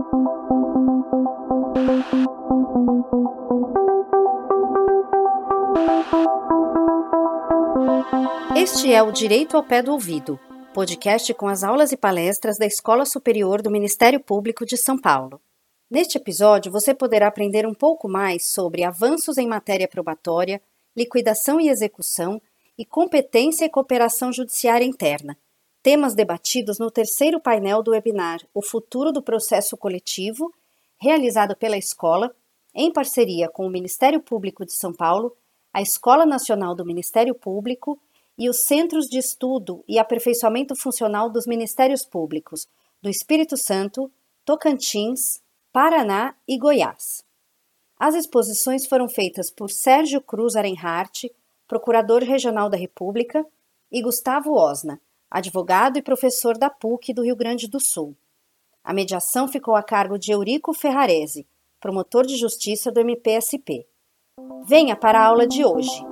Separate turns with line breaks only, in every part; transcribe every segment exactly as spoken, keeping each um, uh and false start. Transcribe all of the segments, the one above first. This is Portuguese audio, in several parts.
Este é o Direito ao Pé do Ouvido, podcast com as aulas e palestras da Escola Superior do Ministério Público de São Paulo. Neste episódio, você poderá aprender um pouco mais sobre avanços em matéria probatória, liquidação e execução e competência e cooperação judiciária interna, temas debatidos no terceiro painel do webinar O Futuro do Processo Coletivo, realizado pela Escola, em parceria com o Ministério Público de São Paulo, a Escola Nacional do Ministério Público e os Centros de Estudo e Aperfeiçoamento Funcional dos Ministérios Públicos do Espírito Santo, Tocantins, Paraná e Goiás. As exposições foram feitas por Sérgio Cruz Arenhart, Procurador Regional da República, e Gustavo Osna, advogado e professor da P U C do Rio Grande do Sul. A mediação ficou a cargo de Eurico Ferrarese, promotor de justiça do M P S P. Venha para a aula de hoje.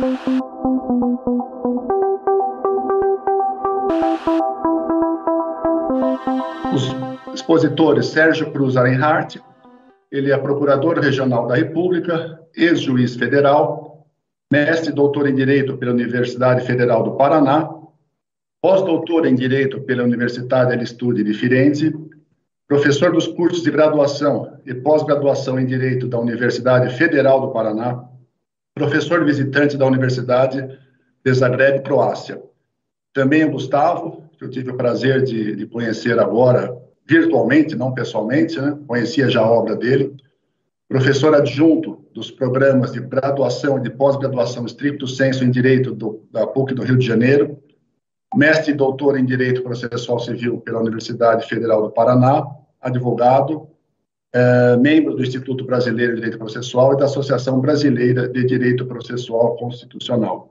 Os expositores Sérgio Cruz Arenhart, ele é Procurador Regional da República, ex-juiz federal, mestre e doutor em Direito pela Universidade Federal do Paraná, pós-doutor em Direito pela Universidade degli Studi di Firenze, professor dos cursos de graduação e pós-graduação em Direito da Universidade Federal do Paraná, professor visitante da Universidade de Zagreb, Croácia. Também o Gustavo, que eu tive o prazer de, de conhecer agora, virtualmente, não pessoalmente, né? Conhecia já a obra dele, professor adjunto dos programas de graduação e de pós-graduação stricto sensu em Direito do, da P U C do Rio de Janeiro, mestre e doutor em Direito Processual Civil pela Universidade Federal do Paraná, advogado, é, membro do Instituto Brasileiro de Direito Processual e da Associação Brasileira de Direito Processual Constitucional.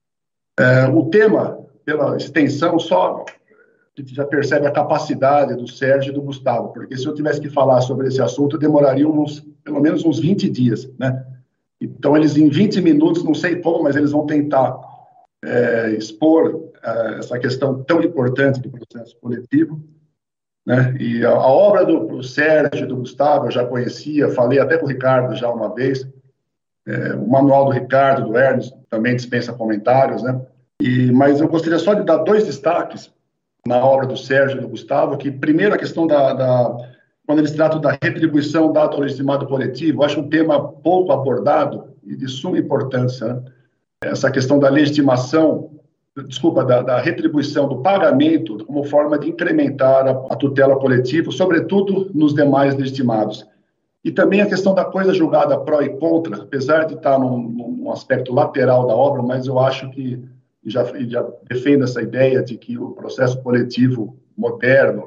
É, o tema, pela extensão, só a gente já percebe a capacidade do Sérgio e do Gustavo, porque se eu tivesse que falar sobre esse assunto, demoraria uns, pelo menos uns vinte dias, né? Então, eles em vinte minutos, não sei como, mas eles vão tentar é, expor é, essa questão tão importante do processo coletivo, né? E a, a obra do, do Sérgio e do Gustavo eu já conhecia, falei até com o Ricardo já uma vez, é, o manual do Ricardo, do Hermes, também dispensa comentários, né? E, mas eu gostaria só de dar dois destaques na obra do Sérgio e do Gustavo, que primeiro a questão da, da quando eles tratam da retribuição dada ao legitimado coletivo, eu acho um tema pouco abordado e de suma importância, né? Essa questão da legitimação, desculpa, da, da retribuição, do pagamento como forma de incrementar a, a tutela coletiva, sobretudo nos demais legitimados. E também a questão da coisa julgada pró e contra, apesar de estar num, num aspecto lateral da obra, mas eu acho que e já, e já defendo essa ideia de que o processo coletivo moderno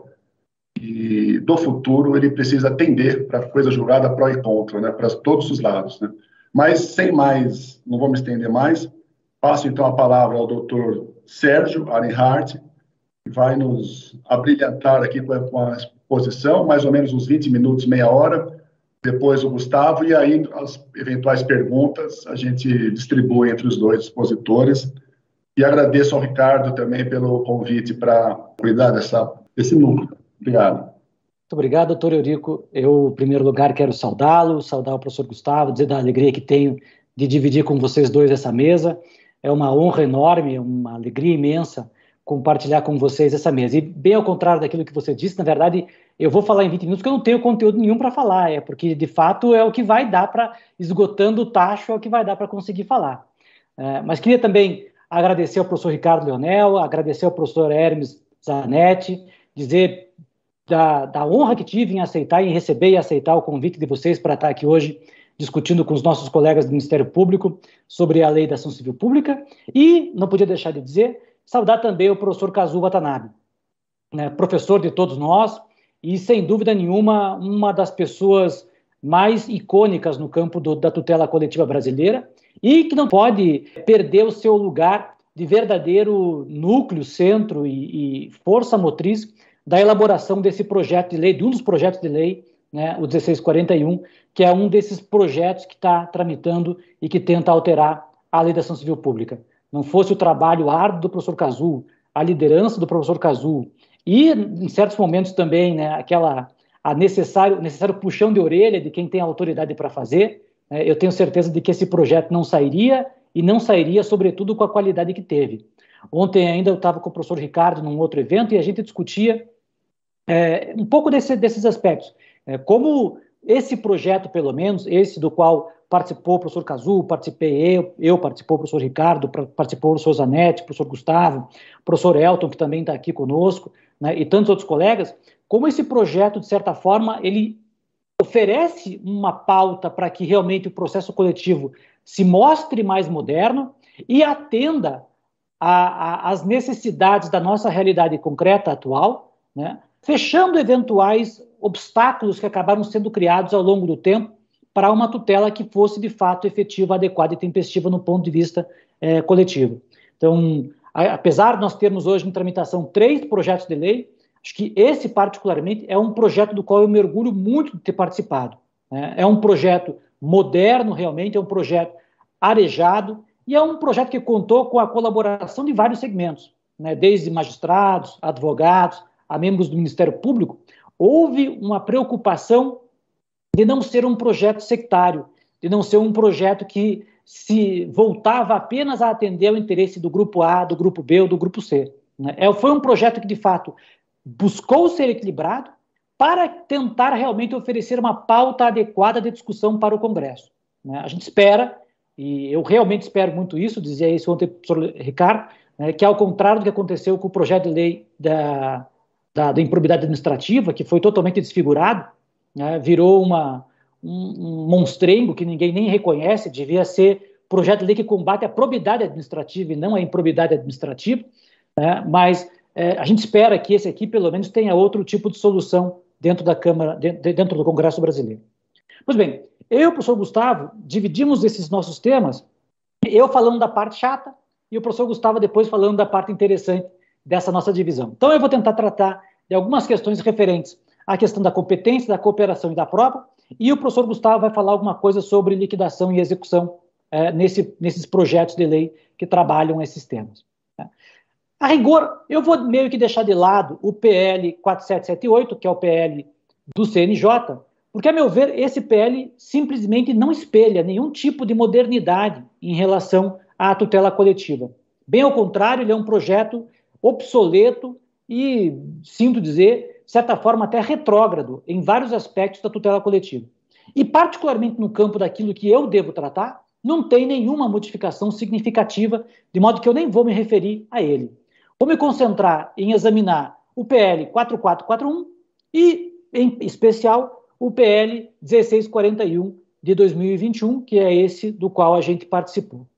e do futuro, ele precisa atender para a coisa julgada pró e contra, né, para todos os lados, né. Mas, sem mais, não vou me estender mais, passo então a palavra ao doutor Sérgio Arenhart, que vai nos abrilhantar aqui com a, com a exposição, mais ou menos uns vinte minutos, meia hora, depois o Gustavo, e aí as eventuais perguntas a gente distribui entre os dois expositores. E agradeço ao Ricardo também pelo convite para cuidar dessa, desse núcleo. Obrigado.
Muito obrigado, doutor Eurico. Eu, em primeiro lugar, quero saudá-lo, saudar o professor Gustavo, dizer da alegria que tenho de dividir com vocês dois essa mesa. É uma honra enorme, uma alegria imensa compartilhar com vocês essa mesa. E bem ao contrário daquilo que você disse, na verdade, eu vou falar em vinte minutos porque eu não tenho conteúdo nenhum para falar, é porque, de fato, é o que vai dar para, esgotando o tacho, é o que vai dar para conseguir falar. É, mas queria também agradecer ao professor Ricardo Leonel, agradecer ao professor Hermes Zanetti, dizer da, da honra que tive em aceitar, em receber e aceitar o convite de vocês para estar aqui hoje discutindo com os nossos colegas do Ministério Público sobre a Lei da Ação Civil Pública e, não podia deixar de dizer, saudar também o professor Kazuo Watanabe, né, professor de todos nós e, sem dúvida nenhuma, uma das pessoas mais icônicas no campo do, da tutela coletiva brasileira, e que não pode perder o seu lugar de verdadeiro núcleo, centro e, e força motriz da elaboração desse projeto de lei, de um dos projetos de lei, né, o dezesseis quarenta e um, que é um desses projetos que está tramitando e que tenta alterar a Lei da Ação Civil Pública. Não fosse o trabalho árduo do professor Kazuo, a liderança do professor Kazuo e, em certos momentos também, né, aquela a necessário, necessário puxão de orelha de quem tem autoridade para fazer, né, eu tenho certeza de que esse projeto não sairia, e não sairia, sobretudo, com a qualidade que teve. Ontem ainda eu estava com o professor Ricardo num outro evento e a gente discutia é, um pouco desse, desses aspectos. É, como esse projeto, pelo menos, esse do qual participou o professor Cazu, participei eu, eu participou o professor Ricardo, participou o professor Zanetti, o professor Gustavo, o professor Elton, que também está aqui conosco, né, e tantos outros colegas, como esse projeto, de certa forma, ele oferece uma pauta para que realmente o processo coletivo se mostre mais moderno e atenda às necessidades da nossa realidade concreta atual, né, fechando eventuais obstáculos que acabaram sendo criados ao longo do tempo para uma tutela que fosse, de fato, efetiva, adequada e tempestiva no ponto de vista é, coletivo. Então, a, apesar de nós termos hoje em tramitação três projetos de lei, acho que esse, particularmente, é um projeto do qual eu me orgulho muito de ter participado. Né? É um projeto moderno, realmente, é um projeto arejado, e é um projeto que contou com a colaboração de vários segmentos, né? Desde magistrados, advogados, a membros do Ministério Público. Houve uma preocupação de não ser um projeto sectário, de não ser um projeto que se voltava apenas a atender ao interesse do grupo A, do grupo B ou do grupo C. Né? É, foi um projeto que, de fato, buscou ser equilibrado para tentar realmente oferecer uma pauta adequada de discussão para o Congresso. Né? A gente espera, e eu realmente espero muito isso, dizia isso ontem o professor Ricardo, né, que ao contrário do que aconteceu com o projeto de lei da, da, da improbidade administrativa, que foi totalmente desfigurado, né, virou uma, um, um monstrengo que ninguém nem reconhece, devia ser projeto de lei que combate a probidade administrativa e não a improbidade administrativa, né, mas é, a gente espera que esse aqui, pelo menos, tenha outro tipo de solução dentro da Câmara, de, dentro do Congresso brasileiro. Pois bem, eu e o professor Gustavo dividimos esses nossos temas, eu falando da parte chata e o professor Gustavo depois falando da parte interessante dessa nossa divisão. Então eu vou tentar tratar de algumas questões referentes à questão da competência, da cooperação e da prova, e o professor Gustavo vai falar alguma coisa sobre liquidação e execução é, nesse, nesses projetos de lei que trabalham esses temas. Né? A rigor, eu vou meio que deixar de lado o P L quatro sete sete oito, que é o P L do C N J, porque, a meu ver, esse P L simplesmente não espelha nenhum tipo de modernidade em relação à tutela coletiva. Bem ao contrário, ele é um projeto obsoleto e, sinto dizer, de certa forma até retrógrado em vários aspectos da tutela coletiva. E, particularmente no campo daquilo que eu devo tratar, não tem nenhuma modificação significativa, de modo que eu nem vou me referir a ele. Vou me concentrar em examinar o P L quatro quatro quatro um e, em especial, o P L dezesseis quarenta e um de dois mil e vinte e um, que é esse do qual a gente participou.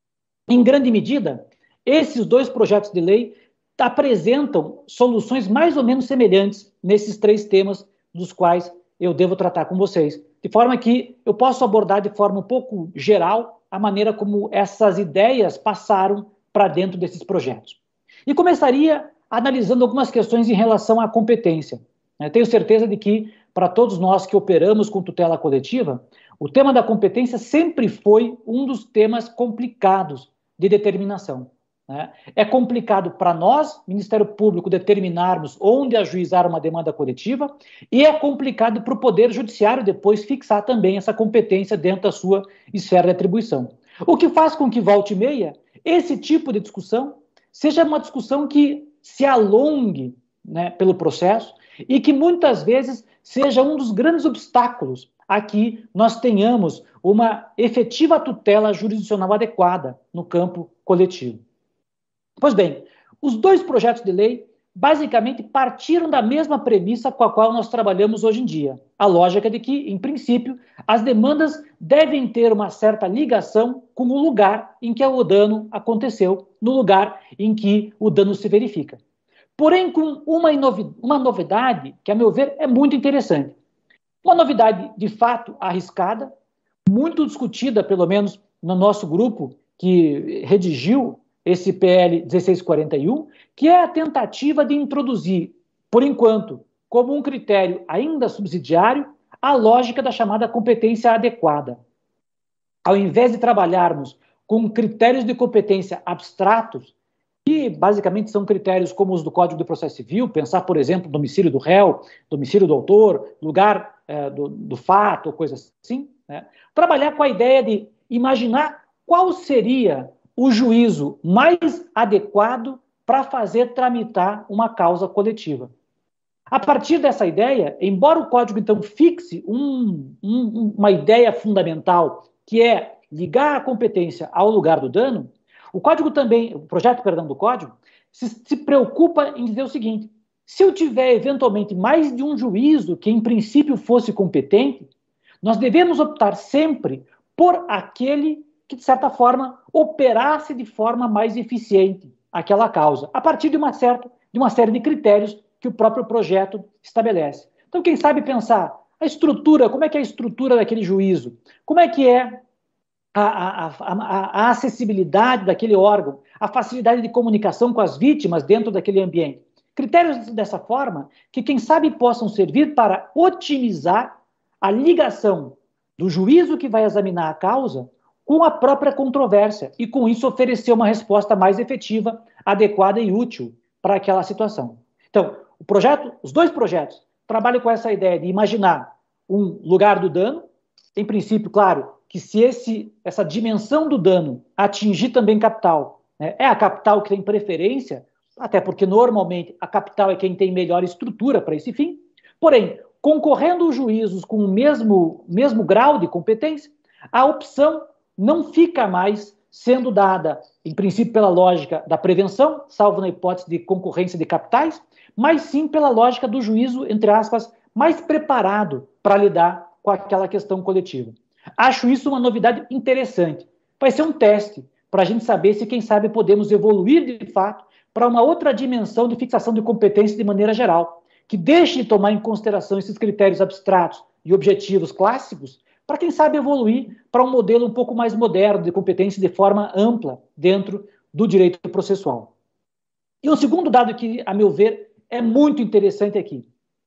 Em grande medida, esses dois projetos de lei apresentam soluções mais ou menos semelhantes nesses três temas dos quais eu devo tratar com vocês, de forma que eu posso abordar de forma um pouco geral a maneira como essas ideias passaram para dentro desses projetos. E começaria analisando algumas questões em relação à competência. Eu tenho certeza de que, para todos nós que operamos com tutela coletiva, o tema da competência sempre foi um dos temas complicados de determinação. Né? É complicado para nós, Ministério Público, determinarmos onde ajuizar uma demanda coletiva, e é complicado para o Poder Judiciário depois fixar também essa competência dentro da sua esfera de atribuição. O que faz com que, volta e meia, esse tipo de discussão seja uma discussão que se alongue, né, pelo processo e que muitas vezes seja um dos grandes obstáculos a que nós tenhamos uma efetiva tutela jurisdicional adequada no campo coletivo. Pois bem, os dois projetos de lei basicamente partiram da mesma premissa com a qual nós trabalhamos hoje em dia. A lógica de que, em princípio, as demandas devem ter uma certa ligação com o lugar em que o dano aconteceu, no lugar em que o dano se verifica. Porém, com uma, uma novidade que, a meu ver, é muito interessante. Uma novidade, de fato, arriscada, muito discutida, pelo menos no nosso grupo, que redigiu esse P L dezesseis quarenta e um, que é a tentativa de introduzir, por enquanto, como um critério ainda subsidiário, a lógica da chamada competência adequada. Ao invés de trabalharmos com critérios de competência abstratos, que basicamente são critérios como os do Código de Processo Civil, pensar, por exemplo, domicílio do réu, domicílio do autor, lugar é, do, do fato, coisas assim, né? Trabalhar com a ideia de imaginar qual seria o juízo mais adequado para fazer tramitar uma causa coletiva. A partir dessa ideia, embora o Código, então, fixe um, um, uma ideia fundamental, que é ligar a competência ao lugar do dano, o Código também, o projeto, perdão, do Código, se, se preocupa em dizer o seguinte: se eu tiver, eventualmente, mais de um juízo que, em princípio, fosse competente, nós devemos optar sempre por aquele que, de certa forma, operasse de forma mais eficiente aquela causa, a partir de uma, certa, de uma série de critérios que o próprio projeto estabelece. Então, quem sabe pensar a estrutura, como é que é a estrutura daquele juízo, como é que é a, a, a, a acessibilidade daquele órgão, a facilidade de comunicação com as vítimas dentro daquele ambiente. Critérios dessa forma que, quem sabe, possam servir para otimizar a ligação do juízo que vai examinar a causa com a própria controvérsia e, com isso, oferecer uma resposta mais efetiva, adequada e útil para aquela situação. Então, o projeto, os dois projetos trabalham com essa ideia de imaginar um lugar do dano, em princípio, claro, que se esse, essa dimensão do dano atingir também capital, né, é a capital que tem preferência, até porque normalmente a capital é quem tem melhor estrutura para esse fim, porém, concorrendo os juízos com o mesmo, mesmo grau de competência, a opção não fica mais sendo dada, em princípio, pela lógica da prevenção, salvo na hipótese de concorrência de capitais, mas sim pela lógica do juízo, entre aspas, mais preparado para lidar com aquela questão coletiva. Acho isso uma novidade interessante. Vai ser um teste para a gente saber se, quem sabe, podemos evoluir de fato para uma outra dimensão de fixação de competência de maneira geral, que deixe de tomar em consideração esses critérios abstratos e objetivos clássicos, para, quem sabe, evoluir para um modelo um pouco mais moderno de competência de forma ampla dentro do direito processual. E um segundo dado que, a meu ver, é muito interessante aqui.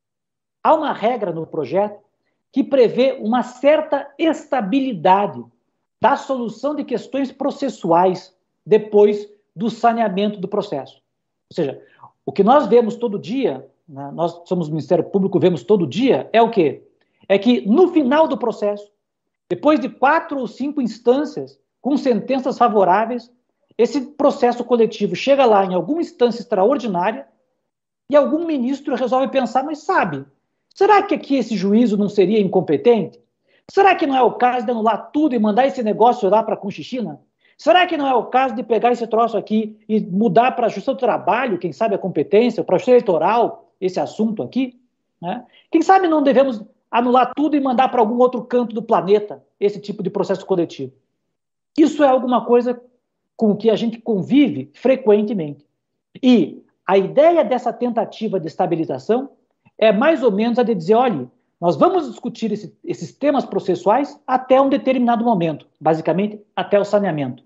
Há uma regra no projeto que prevê uma certa estabilidade da solução de questões processuais depois do saneamento do processo. Ou seja, o que nós vemos todo dia, né, nós somos Ministério Público, vemos todo dia, é o quê? É que no final do processo, depois de quatro ou cinco instâncias com sentenças favoráveis, esse processo coletivo chega lá em alguma instância extraordinária e algum ministro resolve pensar, mas sabe, será que aqui esse juízo não seria incompetente? Será que não é o caso de anular tudo e mandar esse negócio lá para a Conchichina? Será que não é o caso de pegar esse troço aqui e mudar para a Justiça do Trabalho, quem sabe a competência, para a Justiça Eleitoral, esse assunto aqui? Né? Quem sabe não devemos anular tudo e mandar para algum outro canto do planeta esse tipo de processo coletivo? Isso é alguma coisa com que a gente convive frequentemente. E a ideia dessa tentativa de estabilização é mais ou menos a de dizer, olha, nós vamos discutir esse, esses temas processuais até um determinado momento, basicamente até o saneamento.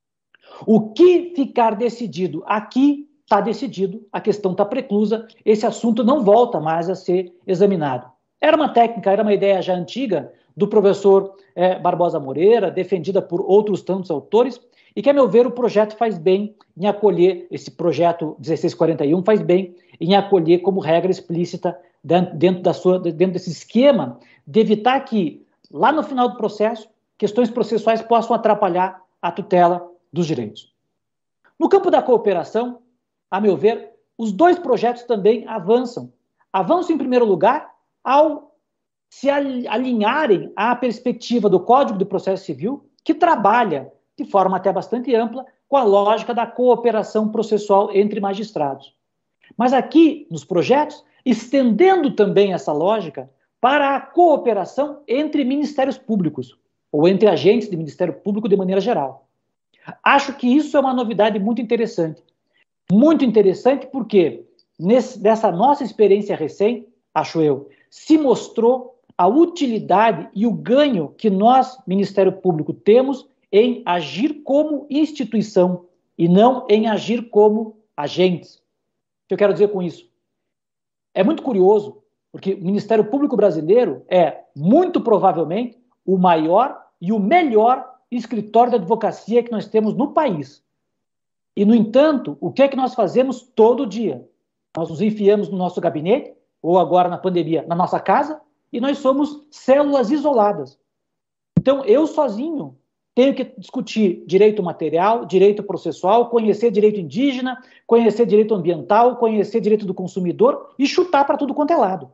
O que ficar decidido aqui está decidido, a questão está preclusa, esse assunto não volta mais a ser examinado. Era uma técnica, era uma ideia já antiga do professor é, Barbosa Moreira, defendida por outros tantos autores, e que, a meu ver, o projeto faz bem em acolher, esse projeto dezesseis quarenta e um faz bem em acolher como regra explícita dentro, da sua, dentro desse esquema de evitar que, lá no final do processo, questões processuais possam atrapalhar a tutela dos direitos. No campo da cooperação, a meu ver, os dois projetos também avançam. Avançam, em primeiro lugar, ao se alinharem à perspectiva do Código de Processo Civil, que trabalha de forma até bastante ampla, com a lógica da cooperação processual entre magistrados. Mas aqui, nos projetos, estendendo também essa lógica para a cooperação entre ministérios públicos, ou entre agentes de Ministério Público de maneira geral. Acho que isso é uma novidade muito interessante. Muito interessante porque, nesse, nessa nossa experiência recente, acho eu, se mostrou a utilidade e o ganho que nós, Ministério Público, temos em agir como instituição e não em agir como agentes. O que eu quero dizer com isso? É muito curioso, porque o Ministério Público brasileiro é, muito provavelmente, o maior e o melhor escritório de advocacia que nós temos no país. E, no entanto, o que é que nós fazemos todo dia? Nós nos enfiamos no nosso gabinete, ou agora na pandemia, na nossa casa, e nós somos células isoladas. Então, eu sozinho tenho que discutir direito material, direito processual, conhecer direito indígena, conhecer direito ambiental, conhecer direito do consumidor e chutar para tudo quanto é lado.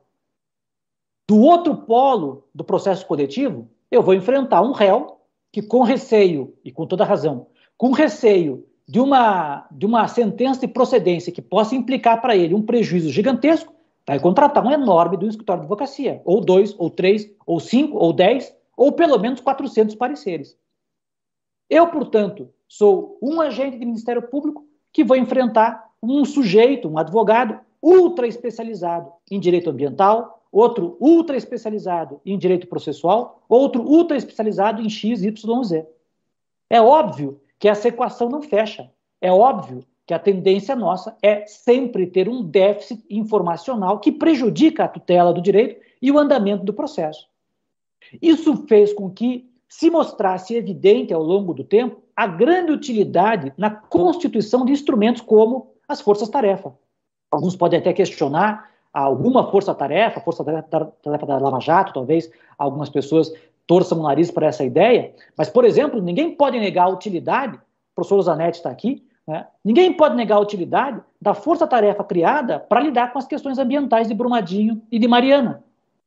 Do outro polo do processo coletivo, eu vou enfrentar um réu que, com receio, e com toda razão, com receio de uma, de uma sentença de procedência que possa implicar para ele um prejuízo gigantesco, vai contratar um enorme do escritório de advocacia, ou dois, ou três, ou cinco, ou dez, ou pelo menos quatrocentos pareceres. Eu, portanto, sou um agente do Ministério Público que vou enfrentar um sujeito, um advogado ultra especializado em direito ambiental, outro ultra especializado em direito processual, outro ultra especializado em X, Y, Z. É óbvio que essa equação não fecha. É óbvio que a tendência nossa é sempre ter um déficit informacional que prejudica a tutela do direito e o andamento do processo. Isso fez com que se mostrasse evidente ao longo do tempo a grande utilidade na constituição de instrumentos como as forças-tarefa. Alguns podem até questionar alguma força-tarefa, força-tarefa da Lava Jato, talvez algumas pessoas torçam o nariz para essa ideia, mas, por exemplo, ninguém pode negar a utilidade, o professor Zanetti está aqui, né? Ninguém pode negar a utilidade da força-tarefa criada para lidar com as questões ambientais de Brumadinho e de Mariana.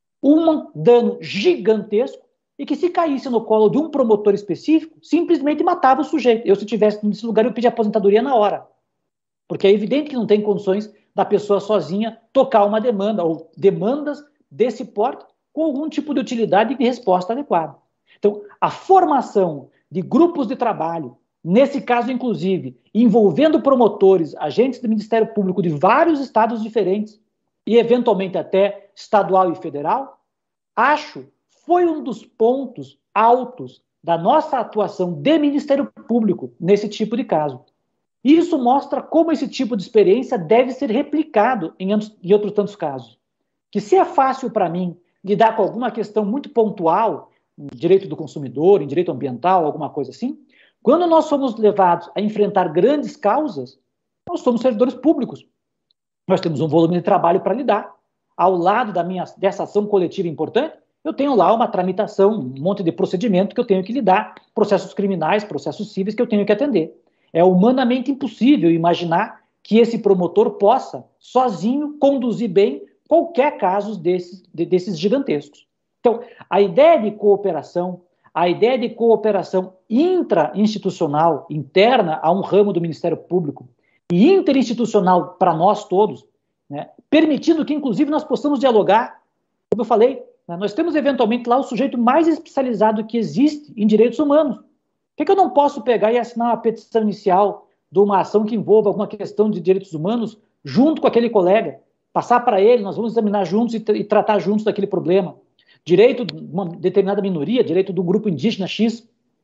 Um dano gigantesco e que, se caísse no colo de um promotor específico, simplesmente matava o sujeito. Eu, se estivesse nesse lugar, eu pedia aposentadoria na hora. Porque é evidente que não tem condições da pessoa sozinha tocar uma demanda, ou demandas desse porte, com algum tipo de utilidade e de resposta adequada. Então, a formação de grupos de trabalho, nesse caso, inclusive, envolvendo promotores, agentes do Ministério Público de vários estados diferentes, e eventualmente até estadual e federal, acho foi um dos pontos altos da nossa atuação de Ministério Público nesse tipo de caso. E isso mostra como esse tipo de experiência deve ser replicado em, em outros tantos casos. Que se é fácil para mim lidar com alguma questão muito pontual, em direito do consumidor, em direito ambiental, alguma coisa assim, quando nós somos levados a enfrentar grandes causas, nós somos servidores públicos. Nós temos um volume de trabalho para lidar. Ao lado da minha, dessa ação coletiva importante, eu tenho lá uma tramitação, um monte de procedimento que eu tenho que lidar, processos criminais, processos cíveis que eu tenho que atender. É humanamente impossível imaginar que esse promotor possa, sozinho, conduzir bem qualquer caso desses, de, desses gigantescos. Então, a ideia de cooperação, a ideia de cooperação intra-institucional, interna a um ramo do Ministério Público, e interinstitucional para nós todos, né, permitindo que, inclusive, nós possamos dialogar, como eu falei, né, nós temos eventualmente lá o sujeito mais especializado que existe em direitos humanos. Por que, que eu não posso pegar e assinar uma petição inicial de uma ação que envolva alguma questão de direitos humanos junto com aquele colega, passar para ele, nós vamos examinar juntos e, e tratar juntos daquele problema. Direito de uma determinada minoria, direito do grupo indígena X.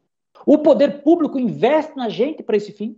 O poder público investe na gente para esse fim.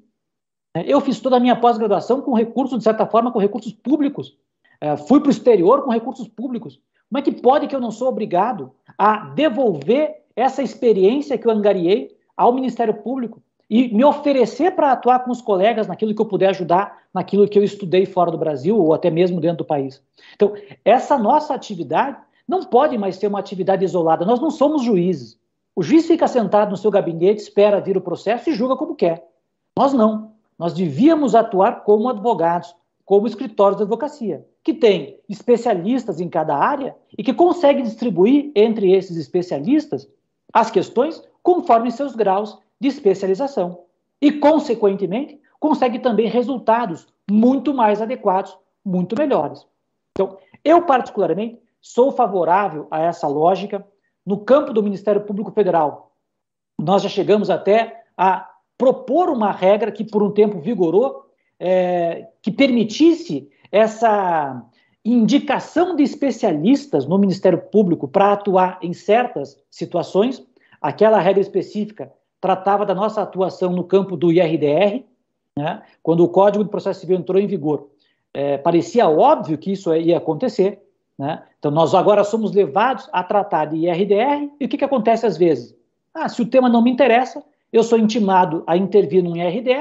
Eu fiz toda a minha pós-graduação com recursos, de certa forma, com recursos públicos. É, fui para o exterior com recursos públicos. Como é que pode que eu não sou obrigado a devolver essa experiência que eu angariei ao Ministério Público e me oferecer para atuar com os colegas naquilo que eu puder ajudar, naquilo que eu estudei fora do Brasil ou até mesmo dentro do país? Então, essa nossa atividade não pode mais ser uma atividade isolada. Nós não somos juízes. O juiz fica sentado no seu gabinete, espera vir o processo e julga como quer. Nós não. Nós devíamos atuar como advogados, como escritórios de advocacia, que tem especialistas em cada área e que consegue distribuir entre esses especialistas as questões conforme seus graus de especialização. E, consequentemente, consegue também resultados muito mais adequados, muito melhores. Então, eu particularmente sou favorável a essa lógica. No campo do Ministério Público Federal, nós já chegamos até a propor uma regra que por um tempo vigorou, é, que permitisse essa indicação de especialistas no Ministério Público para atuar em certas situações. Aquela regra específica tratava da nossa atuação no campo do I R D R, né? Quando o Código de Processo Civil entrou em vigor, é, parecia óbvio que isso ia acontecer, né? Então nós agora somos levados a tratar de I R D R, e o que, que acontece às vezes? Ah, se o tema não me interessa, eu sou intimado a intervir no I R D R,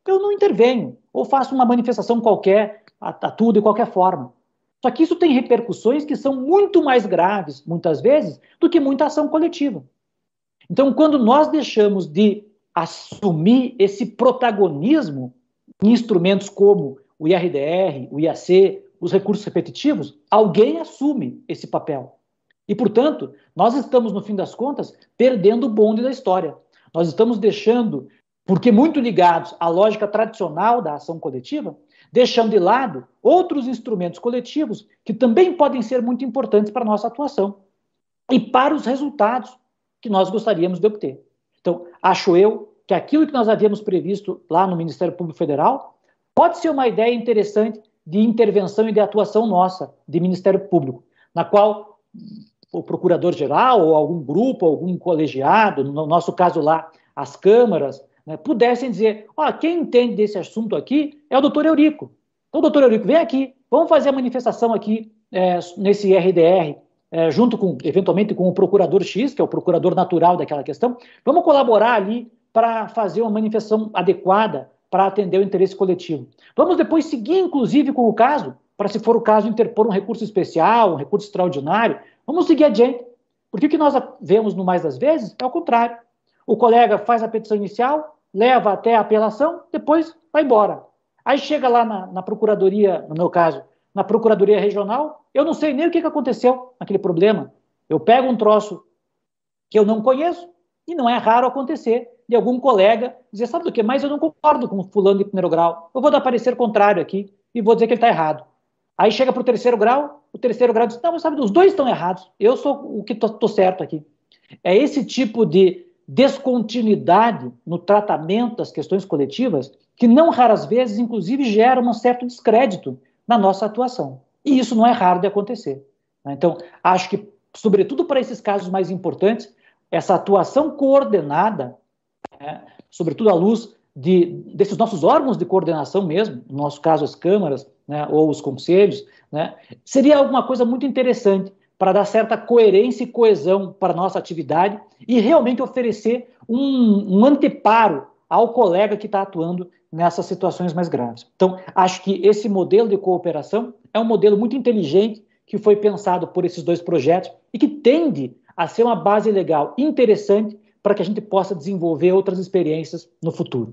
eu não intervenho, ou faço uma manifestação qualquer, atuo de qualquer forma. Só que isso tem repercussões que são muito mais graves, muitas vezes, do que muita ação coletiva. Então, quando nós deixamos de assumir esse protagonismo em instrumentos como o I R D R, o I A C, os recursos repetitivos, alguém assume esse papel. E, portanto, nós estamos, no fim das contas, perdendo o bonde da história. Nós estamos deixando, porque muito ligados à lógica tradicional da ação coletiva, deixando de lado outros instrumentos coletivos que também podem ser muito importantes para a nossa atuação e para os resultados que nós gostaríamos de obter. Então, acho eu que aquilo que nós havíamos previsto lá no Ministério Público Federal pode ser uma ideia interessante de intervenção e de atuação nossa, de Ministério Público, na qual o procurador-geral ou algum grupo, algum colegiado, no nosso caso lá, as câmaras, né, pudessem dizer, ó, quem entende desse assunto aqui é o doutor Eurico. Então, doutor Eurico, vem aqui, vamos fazer a manifestação aqui é, nesse I R D R, é, junto com, eventualmente, com o procurador X, que é o procurador natural daquela questão, vamos colaborar ali para fazer uma manifestação adequada para atender o interesse coletivo. Vamos depois seguir, inclusive, com o caso, para, se for o caso, interpor um recurso especial, um recurso extraordinário, vamos seguir adiante. Porque o que nós vemos, no mais das vezes, é o contrário. O colega faz a petição inicial, leva até a apelação, depois vai embora. Aí chega lá na, na procuradoria, no meu caso, na procuradoria regional, eu não sei nem o que, que aconteceu naquele problema. Eu pego um troço que eu não conheço, e não é raro acontecer de algum colega dizer, sabe do que, mas eu não concordo com o fulano de primeiro grau, eu vou dar parecer contrário aqui e vou dizer que ele está errado. Aí chega para o terceiro grau, o terceiro grau diz, não, mas sabe, os dois estão errados, eu sou o que estou certo aqui. É esse tipo de descontinuidade no tratamento das questões coletivas que não raras vezes, inclusive, gera um certo descrédito na nossa atuação. E isso não é raro de acontecer. Então, acho que, sobretudo para esses casos mais importantes, essa atuação coordenada, né, sobretudo à luz de, desses nossos órgãos de coordenação mesmo, no nosso caso as câmaras, né, ou os conselhos, né, seria alguma coisa muito interessante para dar certa coerência e coesão para a nossa atividade e realmente oferecer um, um anteparo ao colega que está atuando nessas situações mais graves. Então, acho que esse modelo de cooperação é um modelo muito inteligente que foi pensado por esses dois projetos e que tende a ser uma base legal interessante para que a gente possa desenvolver outras experiências no futuro.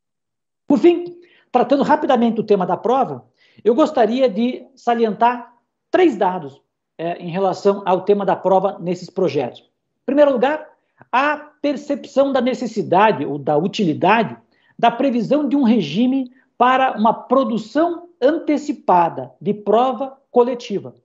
Por fim, tratando rapidamente do tema da prova, eu gostaria de salientar três dados é, em relação ao tema da prova nesses projetos. Em primeiro lugar, a percepção da necessidade ou da utilidade da previsão de um regime para uma produção antecipada de prova coletiva.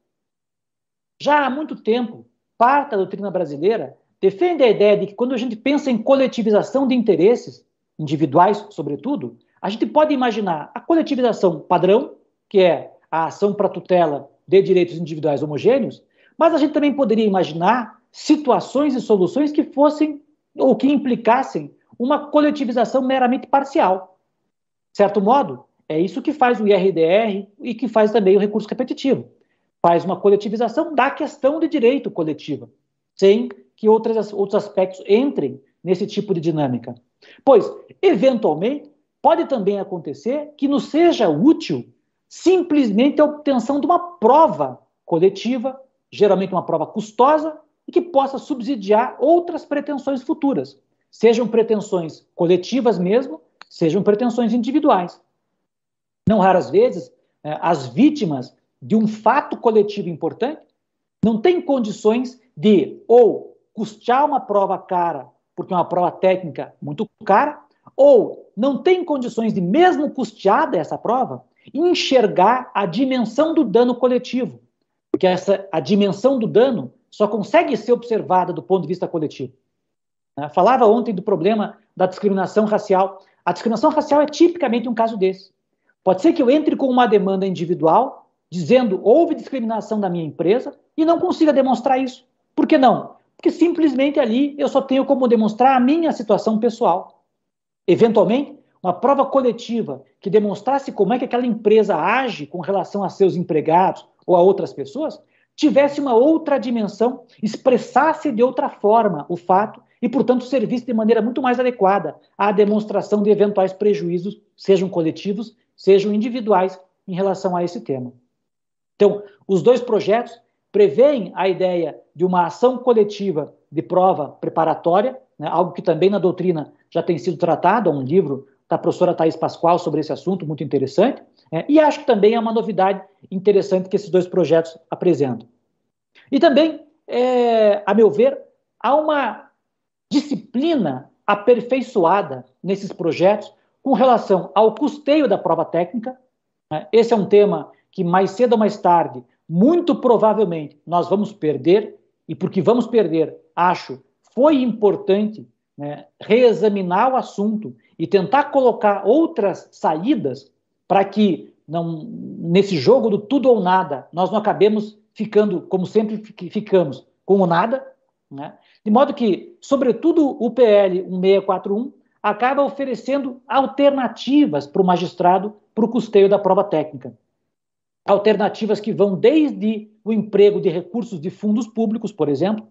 Já há muito tempo, parte da doutrina brasileira defende a ideia de que quando a gente pensa em coletivização de interesses, individuais sobretudo, a gente pode imaginar a coletivização padrão, que é a ação para tutela de direitos individuais homogêneos, mas a gente também poderia imaginar situações e soluções que fossem ou que implicassem uma coletivização meramente parcial. De certo modo, é isso que faz o I R D R e que faz também o recurso repetitivo. Faz uma coletivização da questão de direito coletiva, sem que outras, outros aspectos entrem nesse tipo de dinâmica. Pois, eventualmente, pode também acontecer que nos seja útil simplesmente a obtenção de uma prova coletiva, geralmente uma prova custosa, e que possa subsidiar outras pretensões futuras, sejam pretensões coletivas mesmo, sejam pretensões individuais. Não raras vezes, as vítimas de um fato coletivo importante não têm condições de ou custear uma prova cara, porque é uma prova técnica muito cara, ou não têm condições de, mesmo custeada essa prova, enxergar a dimensão do dano coletivo, porque essa, a dimensão do dano só consegue ser observada do ponto de vista coletivo. Falava ontem do problema da discriminação racial. A discriminação racial é tipicamente um caso desse. Pode ser que eu entre com uma demanda individual, dizendo houve discriminação da minha empresa, e não consiga demonstrar isso. Por que não? Porque simplesmente ali eu só tenho como demonstrar a minha situação pessoal. Eventualmente, uma prova coletiva que demonstrasse como é que aquela empresa age com relação a seus empregados ou a outras pessoas, tivesse uma outra dimensão, expressasse de outra forma o fato e, portanto, servisse de maneira muito mais adequada à demonstração de eventuais prejuízos, sejam coletivos, sejam individuais, em relação a esse tema. Então, os dois projetos prevêem a ideia de uma ação coletiva de prova preparatória, né, algo que também na doutrina já tem sido tratado, há um livro da professora Thais Pascoal sobre esse assunto, muito interessante, né, e acho que também é uma novidade interessante que esses dois projetos apresentam. E também, é, a meu ver, há uma disciplina aperfeiçoada nesses projetos com relação ao custeio da prova técnica. Né, esse é um tema que mais cedo ou mais tarde, muito provavelmente, nós vamos perder, e porque vamos perder, acho, foi importante, né, reexaminar o assunto e tentar colocar outras saídas para que, não, nesse jogo do tudo ou nada, nós não acabemos ficando, como sempre ficamos, com o nada, né? De modo que, sobretudo, o P L um seis quatro um acaba oferecendo alternativas para o magistrado para o custeio da prova técnica. Alternativas que vão desde o emprego de recursos de fundos públicos, por exemplo,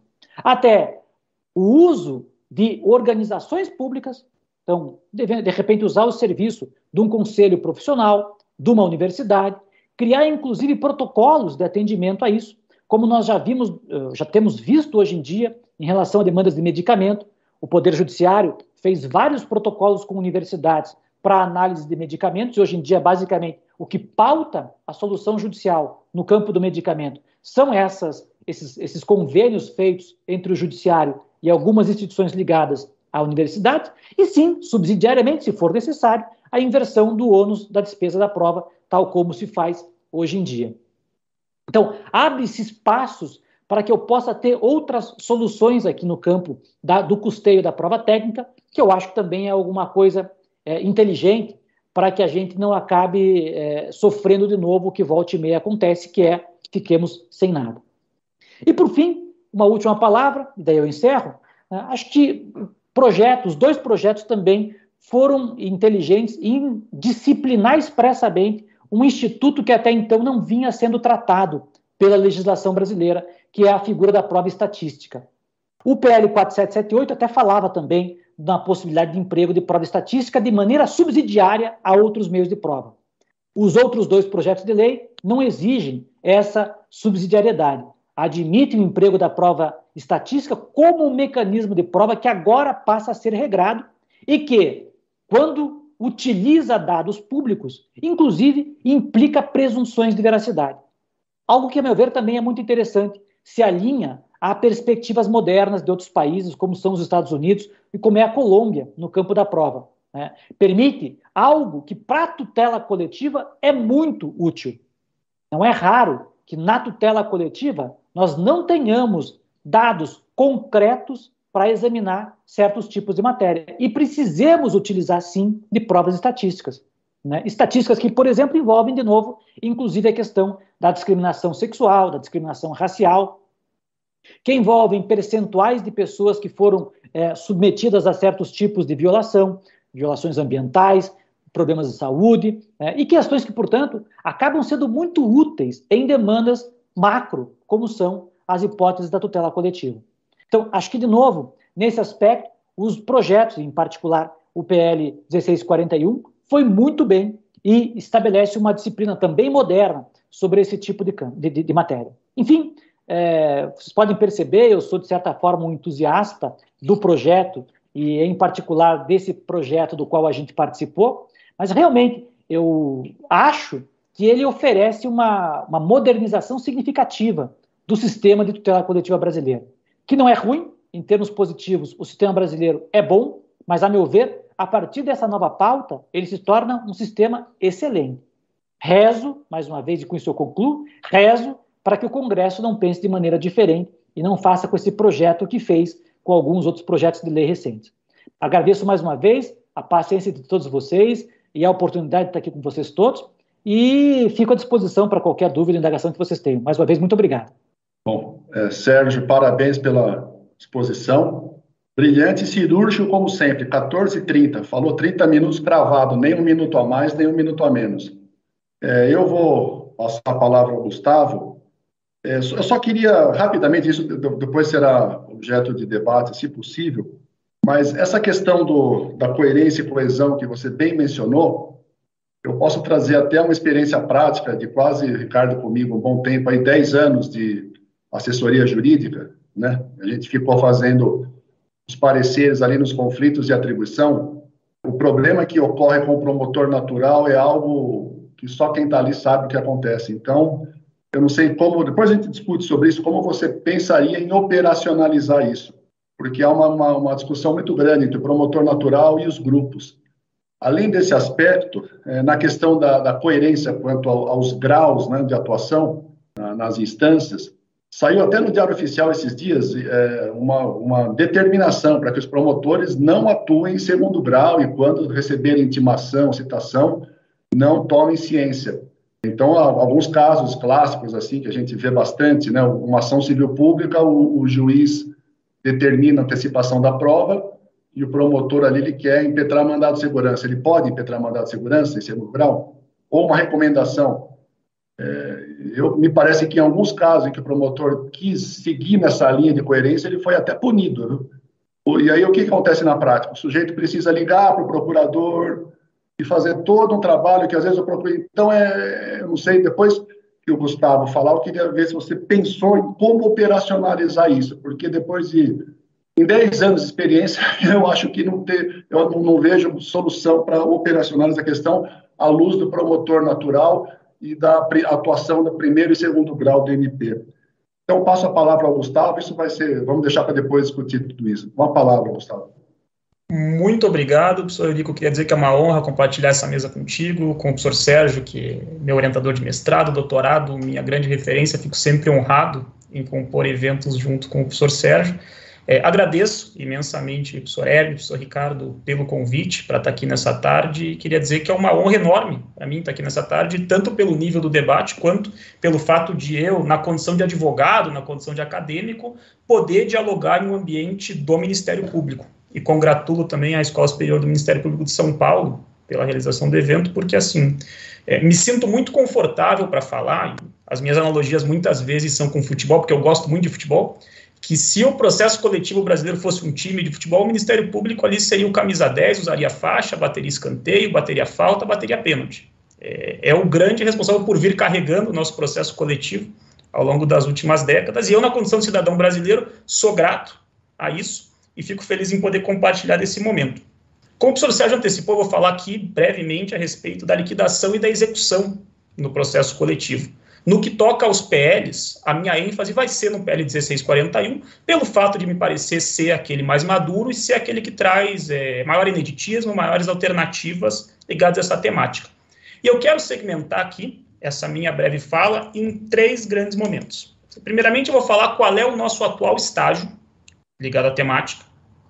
até o uso de organizações públicas. Então, de, de repente, usar o serviço de um conselho profissional, de uma universidade, criar, inclusive, protocolos de atendimento a isso, como nós já vimos, já temos visto hoje em dia, em relação a demandas de medicamento. O Poder Judiciário fez vários protocolos com universidades para análise de medicamentos, e hoje em dia, basicamente, o que pauta a solução judicial no campo do medicamento são essas, esses, esses convênios feitos entre o judiciário e algumas instituições ligadas à universidade, e sim, subsidiariamente, se for necessário, a inversão do ônus da despesa da prova, tal como se faz hoje em dia. Então, abre-se espaços para que eu possa ter outras soluções aqui no campo da, do custeio da prova técnica, que eu acho que também é alguma coisa é, inteligente, para que a gente não acabe é, sofrendo de novo o que volta e meia acontece, que é que fiquemos sem nada. E, por fim, uma última palavra, e daí eu encerro. Né, acho que projetos, dois projetos também foram inteligentes em disciplinar expressamente um instituto que até então não vinha sendo tratado pela legislação brasileira, que é a figura da prova estatística. O P L quatro sete sete oito até falava também na possibilidade de emprego de prova estatística de maneira subsidiária a outros meios de prova. Os outros dois projetos de lei não exigem essa subsidiariedade. Admitem o emprego da prova estatística como um mecanismo de prova que agora passa a ser regrado e que, quando utiliza dados públicos, inclusive implica presunções de veracidade. Algo que, a meu ver, também é muito interessante, se alinha a perspectivas modernas de outros países, como são os Estados Unidos e como é a Colômbia, no campo da prova. Né? Permite algo que, para a tutela coletiva, é muito útil. Não é raro que, na tutela coletiva, nós não tenhamos dados concretos para examinar certos tipos de matéria. E precisemos utilizar, sim, de provas estatísticas. Né? Estatísticas que, por exemplo, envolvem, de novo, inclusive a questão da discriminação sexual, da discriminação racial, que envolvem percentuais de pessoas que foram é, submetidas a certos tipos de violação, violações ambientais, problemas de saúde, é, e questões que, portanto, acabam sendo muito úteis em demandas macro, como são as hipóteses da tutela coletiva. Então, acho que, de novo, nesse aspecto, os projetos, em particular o P L dezesseis quarenta e um, foi muito bem e estabelece uma disciplina também moderna sobre esse tipo de, de, de matéria. Enfim, é, vocês podem perceber, eu sou, de certa forma, um entusiasta do projeto e, em particular, desse projeto do qual a gente participou, mas, realmente, eu acho que ele oferece uma, uma modernização significativa do sistema de tutela coletiva brasileiro, que não é ruim, em termos positivos, o sistema brasileiro é bom, mas, a meu ver, a partir dessa nova pauta, ele se torna um sistema excelente. Rezo, mais uma vez, e com isso eu concluo, rezo para que o Congresso não pense de maneira diferente e não faça com esse projeto que fez com alguns outros projetos de lei recentes. Agradeço mais uma vez a paciência de todos vocês e a oportunidade de estar aqui com vocês todos e fico à disposição para qualquer dúvida ou indagação que vocês tenham. Mais uma vez, muito obrigado.
Bom, é, Sérgio, parabéns pela exposição. Brilhante e cirúrgico, como sempre, quatorze e trinta. Falou trinta minutos cravado, nem um minuto a mais, nem um minuto a menos. É, eu vou passar a palavra ao Gustavo. É, eu só queria, rapidamente, isso depois será objeto de debate, se possível, mas essa questão do, da coerência e coesão que você bem mencionou, eu posso trazer até uma experiência prática de quase, Ricardo, comigo, um bom tempo, aí dez anos de assessoria jurídica, né? A gente ficou fazendo os pareceres ali nos conflitos de atribuição. O problema que ocorre com o promotor natural é algo que só quem está ali sabe o que acontece. Então, eu não sei como, depois a gente discute sobre isso, como você pensaria em operacionalizar isso, porque há uma, uma, uma discussão muito grande entre o promotor natural e os grupos. Além desse aspecto, é, na questão da, da coerência quanto ao, aos graus, né, de atuação na, nas instâncias, saiu até no Diário Oficial esses dias é, uma, uma determinação para que os promotores não atuem em segundo grau e, quando receberem intimação, citação, não tomem ciência. Então, há alguns casos clássicos assim que a gente vê bastante, né, uma ação civil pública, o, o juiz determina a antecipação da prova, e o promotor ali ele quer impetrar mandado de segurança. Ele pode impetrar mandado de segurança em segundo grau? Ou uma recomendação? É, eu, me parece que em alguns casos em que o promotor quis seguir nessa linha de coerência, ele foi até punido. Viu? E aí o que acontece na prática? O sujeito precisa ligar para o procurador e fazer todo um trabalho que às vezes o procurador... Então, é, eu não sei, depois que o Gustavo falar, eu queria ver se você pensou em como operacionalizar isso, porque depois de... Em dez anos de experiência, eu acho que não ter, eu não, não vejo solução para operacionalizar a questão à luz do promotor natural e da atuação do primeiro e segundo grau do M P. Então, passo a palavra ao Gustavo, isso vai ser, vamos deixar para depois discutir tudo isso. Uma palavra, Gustavo.
Muito obrigado, professor Eurico. Eu queria dizer que é uma honra compartilhar essa mesa contigo, com o professor Sérgio, que é meu orientador de mestrado, doutorado, minha grande referência. Fico sempre honrado em compor eventos junto com o professor Sérgio. É, agradeço imensamente o professor Hélio, o professor Ricardo, pelo convite para estar aqui nessa tarde, e queria dizer que é uma honra enorme para mim estar aqui nessa tarde, tanto pelo nível do debate, quanto pelo fato de eu, na condição de advogado, na condição de acadêmico, poder dialogar em um ambiente do Ministério Público. E congratulo também a Escola Superior do Ministério Público de São Paulo pela realização do evento, porque, assim, é, me sinto muito confortável para falar, as minhas analogias muitas vezes são com futebol, porque eu gosto muito de futebol, que se o processo coletivo brasileiro fosse um time de futebol, o Ministério Público ali seria o camisa dez, usaria faixa, bateria escanteio, bateria falta, bateria pênalti. É, é o grande responsável por vir carregando o nosso processo coletivo ao longo das últimas décadas, e eu, na condição de cidadão brasileiro, sou grato a isso e fico feliz em poder compartilhar desse momento. Como o professor Sérgio antecipou, eu vou falar aqui brevemente a respeito da liquidação e da execução no processo coletivo. No que toca aos P Ls, a minha ênfase vai ser no P L dezesseis quarenta e um, pelo fato de me parecer ser aquele mais maduro e ser aquele que traz é, maior ineditismo, maiores alternativas ligadas a essa temática. E eu quero segmentar aqui essa minha breve fala em três grandes momentos. Primeiramente, eu vou falar qual é o nosso atual estágio ligado à temática,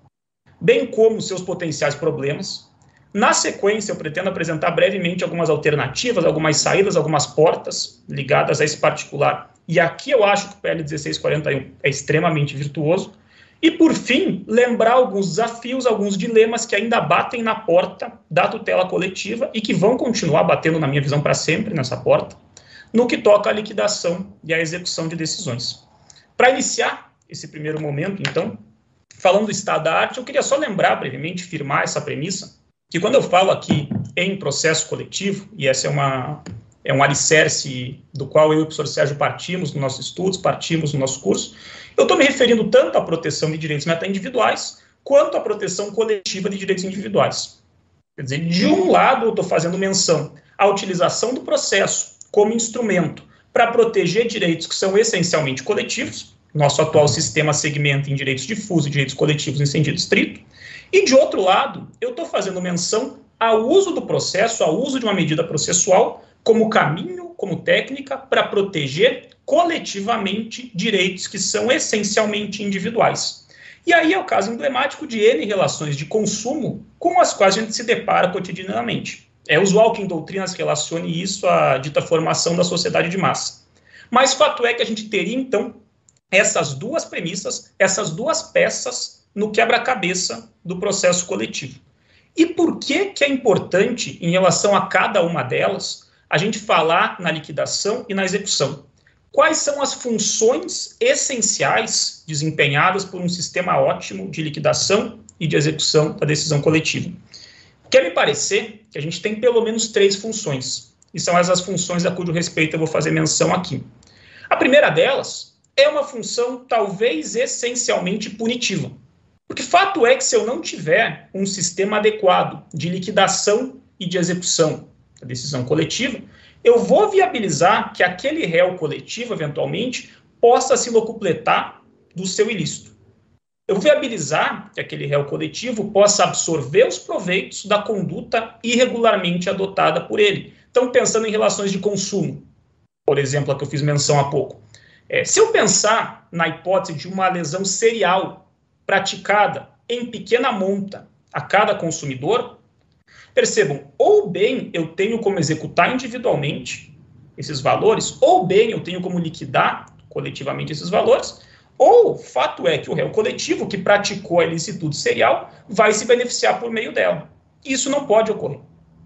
bem como seus potenciais problemas. Na sequência, eu pretendo apresentar brevemente algumas alternativas, algumas saídas, algumas portas ligadas a esse particular. E aqui eu acho que o P L dezesseis quarenta e um é extremamente virtuoso. E, por fim, lembrar alguns desafios, alguns dilemas que ainda batem na porta da tutela coletiva e que vão continuar batendo, na minha visão, para sempre nessa porta, no que toca à liquidação e à execução de decisões. Para iniciar esse primeiro momento, então, falando do estado da arte, eu queria só lembrar brevemente, firmar essa premissa, que quando eu falo aqui em processo coletivo, e essa é, uma, é um alicerce do qual eu e o professor Sérgio partimos nos nossos estudos, partimos no nosso curso, eu estou me referindo tanto à proteção de direitos meta-individuais, quanto à proteção coletiva de direitos individuais. Quer dizer, de um lado eu estou fazendo menção à utilização do processo como instrumento para proteger direitos que são essencialmente coletivos, nosso atual sistema segmenta em direitos difusos e direitos coletivos em sentido estrito, e, de outro lado, eu estou fazendo menção ao uso do processo, ao uso de uma medida processual como caminho, como técnica, para proteger coletivamente direitos que são essencialmente individuais. E aí é o caso emblemático de N relações de consumo com as quais a gente se depara cotidianamente. É usual que em doutrinas relacione isso à dita formação da sociedade de massa. Mas fato é que a gente teria, então, essas duas premissas, essas duas peças no quebra-cabeça do processo coletivo. E por que que é importante, em relação a cada uma delas, a gente falar na liquidação e na execução? quais são as funções essenciais desempenhadas por um sistema ótimo de liquidação e de execução da decisão coletiva. Quer me parecer que a gente tem pelo menos três funções, e são essas funções a cujo respeito eu vou fazer menção aqui. A primeira delas é uma função talvez essencialmente punitiva, porque fato é que se eu não tiver um sistema adequado de liquidação e de execução da decisão coletiva, eu vou viabilizar que aquele réu coletivo, eventualmente, possa se locupletar do seu ilícito. Eu vou viabilizar que aquele réu coletivo possa absorver os proveitos da conduta irregularmente adotada por ele. Então, pensando em relações de consumo, por exemplo, a que eu fiz menção há pouco. É, se eu pensar na hipótese de uma lesão serial praticada em pequena monta a cada consumidor, percebam, ou bem eu tenho como executar individualmente esses valores, ou bem eu tenho como liquidar coletivamente esses valores, ou fato é que o réu coletivo que praticou a ilicitude serial vai se beneficiar por meio dela. Isso não pode ocorrer.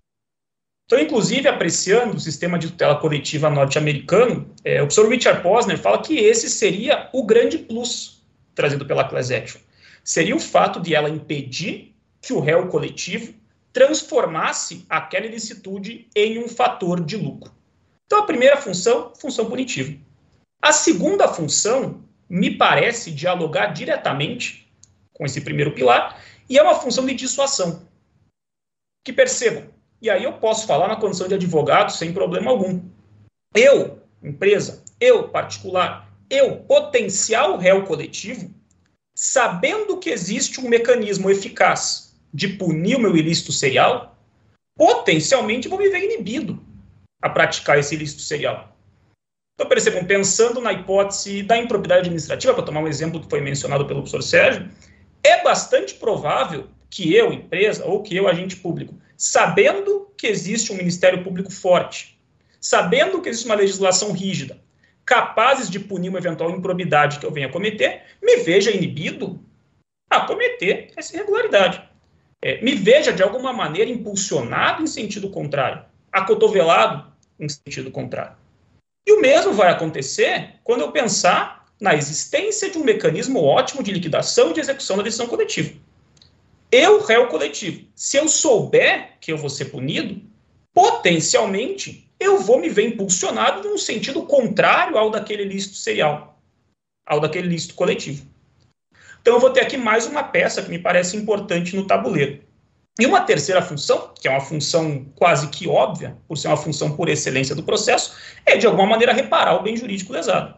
Então, inclusive, apreciando o sistema de tutela coletiva norte-americano, é, o professor Richard Posner fala que esse seria o grande plus trazido pela class action. Seria o fato de ela impedir que o réu coletivo transformasse aquela ilicitude em um fator de lucro. Então, a primeira função, função punitiva. A segunda função me parece dialogar diretamente com esse primeiro pilar e é uma função de dissuasão. Que percebam, e aí eu posso falar na condição de advogado sem problema algum. Eu, empresa, eu, particular, eu, potencial réu coletivo, sabendo que existe um mecanismo eficaz de punir o meu ilícito serial, potencialmente vou me ver inibido a praticar esse ilícito serial. Então, percebam, pensando na hipótese da improbidade administrativa, para tomar um exemplo que foi mencionado pelo professor Sérgio, é bastante provável que eu, empresa, ou que eu, agente público, sabendo que existe um Ministério Público forte, sabendo que existe uma legislação rígida, capazes de punir uma eventual improbidade que eu venha cometer, me veja inibido a cometer essa irregularidade. É, me veja, de alguma maneira, impulsionado em sentido contrário, acotovelado em sentido contrário. E o mesmo vai acontecer quando eu pensar na existência de um mecanismo ótimo de liquidação e de execução da decisão coletiva. Eu, réu coletivo, se eu souber que eu vou ser punido, potencialmente eu vou me ver impulsionado num sentido contrário ao daquele ilícito serial, ao daquele ilícito coletivo. Então eu vou ter aqui mais uma peça que me parece importante no tabuleiro. E uma terceira função, que é uma função quase que óbvia, por ser uma função por excelência do processo, é de alguma maneira reparar o bem jurídico lesado.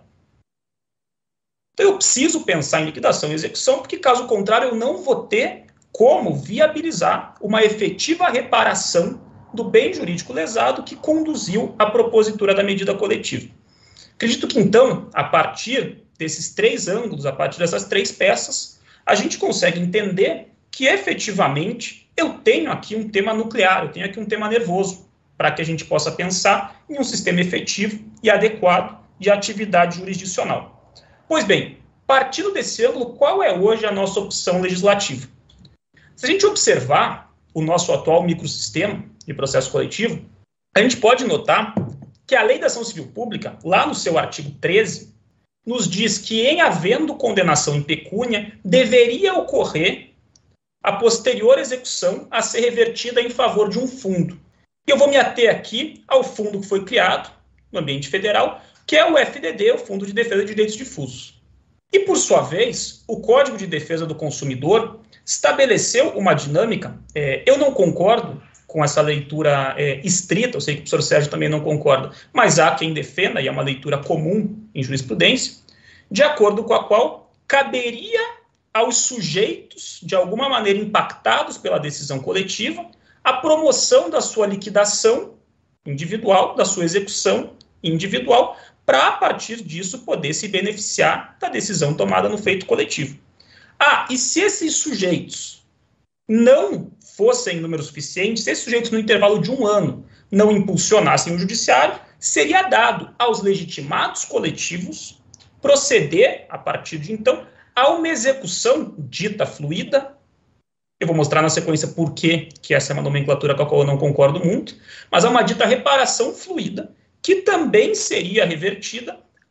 Então eu preciso pensar em liquidação e execução, porque caso contrário eu não vou ter como viabilizar uma efetiva reparação do bem jurídico lesado que conduziu à propositura da medida coletiva. Acredito que, então, a partir desses três ângulos, a partir dessas três peças, a gente consegue entender que, efetivamente, eu tenho aqui um tema nuclear, eu tenho aqui um tema nervoso, para que a gente possa pensar em um sistema efetivo e adequado de atividade jurisdicional. Pois bem, partindo desse ângulo, qual é hoje a nossa opção legislativa? Se a gente observar o nosso atual microsistema de processo coletivo, a gente pode notar que a Lei da Ação Civil Pública, lá no seu artigo treze, nos diz que, em havendo condenação em pecúnia, deveria ocorrer a posterior execução a ser revertida em favor de um fundo. E eu vou me ater aqui ao fundo que foi criado no ambiente federal, que é o F D D, o Fundo de Defesa de Direitos Difusos. E, por sua vez, o Código de Defesa do Consumidor estabeleceu uma dinâmica, é, eu não concordo com essa leitura é, estrita, eu sei que o professor Sérgio também não concorda, mas há quem defenda, e é uma leitura comum em jurisprudência, de acordo com a qual caberia aos sujeitos, de alguma maneira impactados pela decisão coletiva, a promoção da sua liquidação individual, da sua execução individual, para, a partir disso, poder se beneficiar da decisão tomada no feito coletivo. Ah, e se esses sujeitos não fossem em número suficiente, se esses sujeitos, no intervalo de um ano, não impulsionassem o judiciário, seria dado aos legitimados coletivos proceder, a partir de então, a uma execução dita fluida. Eu vou mostrar na sequência por que essa é uma nomenclatura com a qual eu não concordo muito, mas há uma dita reparação fluida, que também seria revertida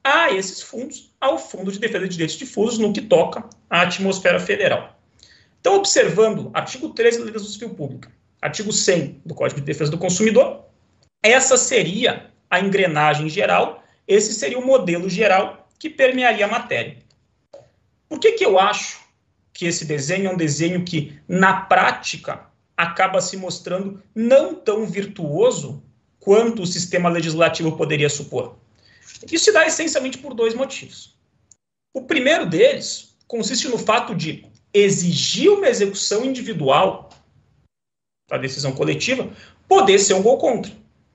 a esses fundos, ao Fundo de Defesa de Direitos Difusos, no que toca à atmosfera federal. Então, observando artigo treze da Lei da Administração Civil Pública, artigo cem do Código de Defesa do Consumidor, essa seria a engrenagem geral, esse seria o modelo geral que permearia a matéria. Por que que eu acho que esse desenho é um desenho que, na prática, acaba se mostrando não tão virtuoso quanto o sistema legislativo poderia supor? Isso se dá essencialmente por dois motivos. O primeiro deles consiste no fato de exigir uma execução individual da decisão coletiva poder ser um gol contra.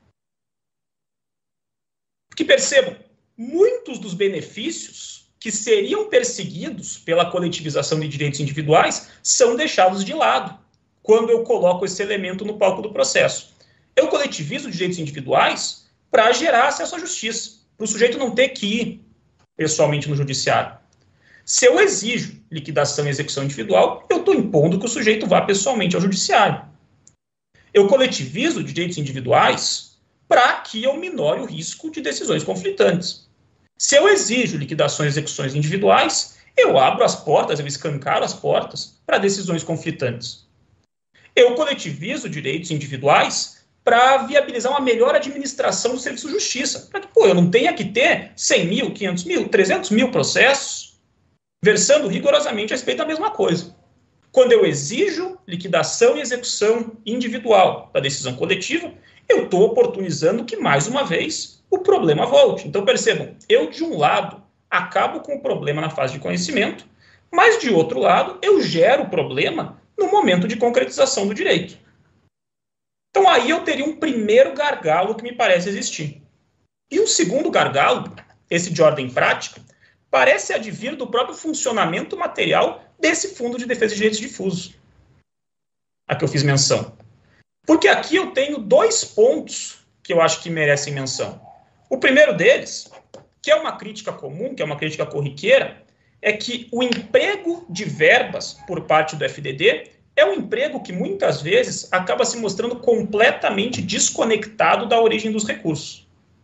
Porque percebam, muitos dos benefícios que seriam perseguidos pela coletivização de direitos individuais são deixados de lado quando eu coloco esse elemento no palco do processo. Eu coletivizo direitos individuais para gerar acesso à justiça, para o sujeito não ter que ir pessoalmente no judiciário. Se eu exijo liquidação e execução individual, eu estou impondo que o sujeito vá pessoalmente ao judiciário. Eu coletivizo direitos individuais para que eu minore o risco de decisões conflitantes. Se eu exijo liquidações e execuções individuais, eu abro as portas, eu escancaro as portas para decisões conflitantes. Eu coletivizo direitos individuais para viabilizar uma melhor administração do serviço de justiça. Para que, pô, eu não tenha que ter cem mil, quinhentos mil, trezentos mil processos versando rigorosamente a respeito da mesma coisa. Quando eu exijo liquidação e execução individual da decisão coletiva, eu estou oportunizando que, mais uma vez, o problema volte. Então, percebam, eu, de um lado, acabo com o problema na fase de conhecimento, mas, de outro lado, eu gero o problema no momento de concretização do direito. Então, aí eu teria um primeiro gargalo que me parece existir. E um segundo gargalo, esse de ordem prática, parece advir do próprio funcionamento material desse Fundo de Defesa de Direitos Difusos, a que eu fiz menção. Porque aqui eu tenho dois pontos que eu acho que merecem menção. O primeiro deles, que é uma crítica comum, que é uma crítica corriqueira, é que o emprego de verbas por parte do F D D é um emprego que muitas vezes acaba se mostrando completamente desconectado da origem dos recursos.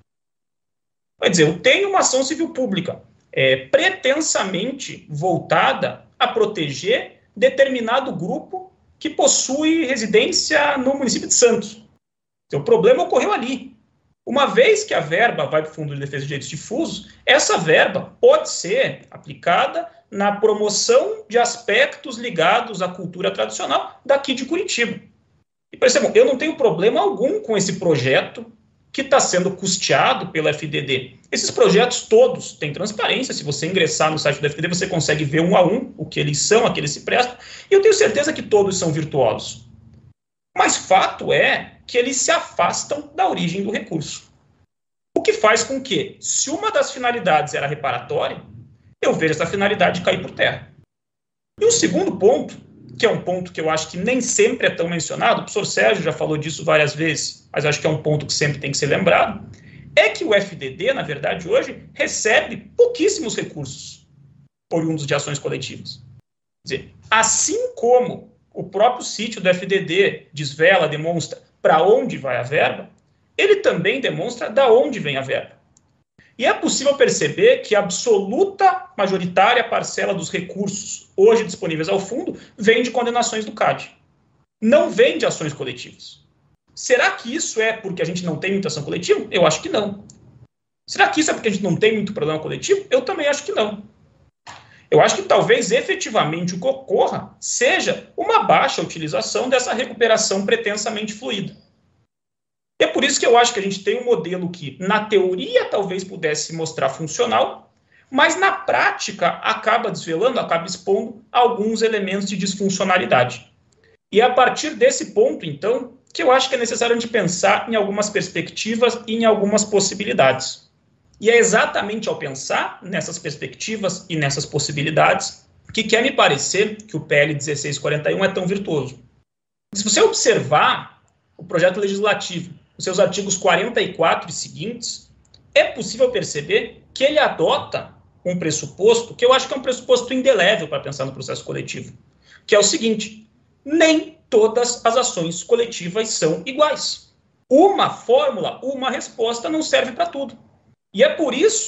Quer dizer, eu tenho uma ação civil pública é, pretensamente voltada a proteger determinado grupo que possui residência no município de Santos. Então, o problema ocorreu ali. Uma vez que a verba vai para o Fundo de Defesa de Direitos Difusos, essa verba pode ser aplicada na promoção de aspectos ligados à cultura tradicional daqui de Curitiba. E percebam, eu não tenho problema algum com esse projeto que está sendo custeado pela F D D. Esses projetos todos têm transparência. Se você ingressar no site do F D D, você consegue ver um a um o que eles são, a que eles se prestam. E eu tenho certeza que todos são virtuosos. Mas fato é que eles se afastam da origem do recurso. O que faz com que, se uma das finalidades era reparatória, eu vejo essa finalidade cair por terra. E o segundo ponto, que é um ponto que eu acho que nem sempre é tão mencionado, o professor Sérgio já falou disso várias vezes, mas acho que é um ponto que sempre tem que ser lembrado, é que o F D D, na verdade, hoje, recebe pouquíssimos recursos oriundos de ações coletivas. Quer dizer, assim como o próprio sítio do F D D desvela, demonstra para onde vai a verba, ele também demonstra de onde vem a verba. E é possível perceber que a absoluta majoritária parcela dos recursos hoje disponíveis ao fundo vem de condenações do C A D. Não vem de ações coletivas. Será que isso é porque a gente não tem muita ação coletiva? Eu acho que não. Será que isso é porque a gente não tem muito problema coletivo? Eu também acho que não. Eu acho que talvez efetivamente o que ocorra seja uma baixa utilização dessa recuperação pretensamente fluida. E é por isso que eu acho que a gente tem um modelo que, na teoria, talvez pudesse se mostrar funcional, mas na prática acaba desvelando, acaba expondo alguns elementos de disfuncionalidade. E é a partir desse ponto, então, que eu acho que é necessário a gente pensar em algumas perspectivas e em algumas possibilidades. E é exatamente ao pensar nessas perspectivas e nessas possibilidades que quer me parecer que o P L dezesseis quarenta e um é tão virtuoso. Se você observar o projeto legislativo, os seus artigos quarenta e quatro e seguintes, é possível perceber que ele adota um pressuposto que eu acho que é um pressuposto indelével para pensar no processo coletivo, que é o seguinte: nem todas as ações coletivas são iguais. Uma fórmula, uma resposta não serve para tudo. E é por isso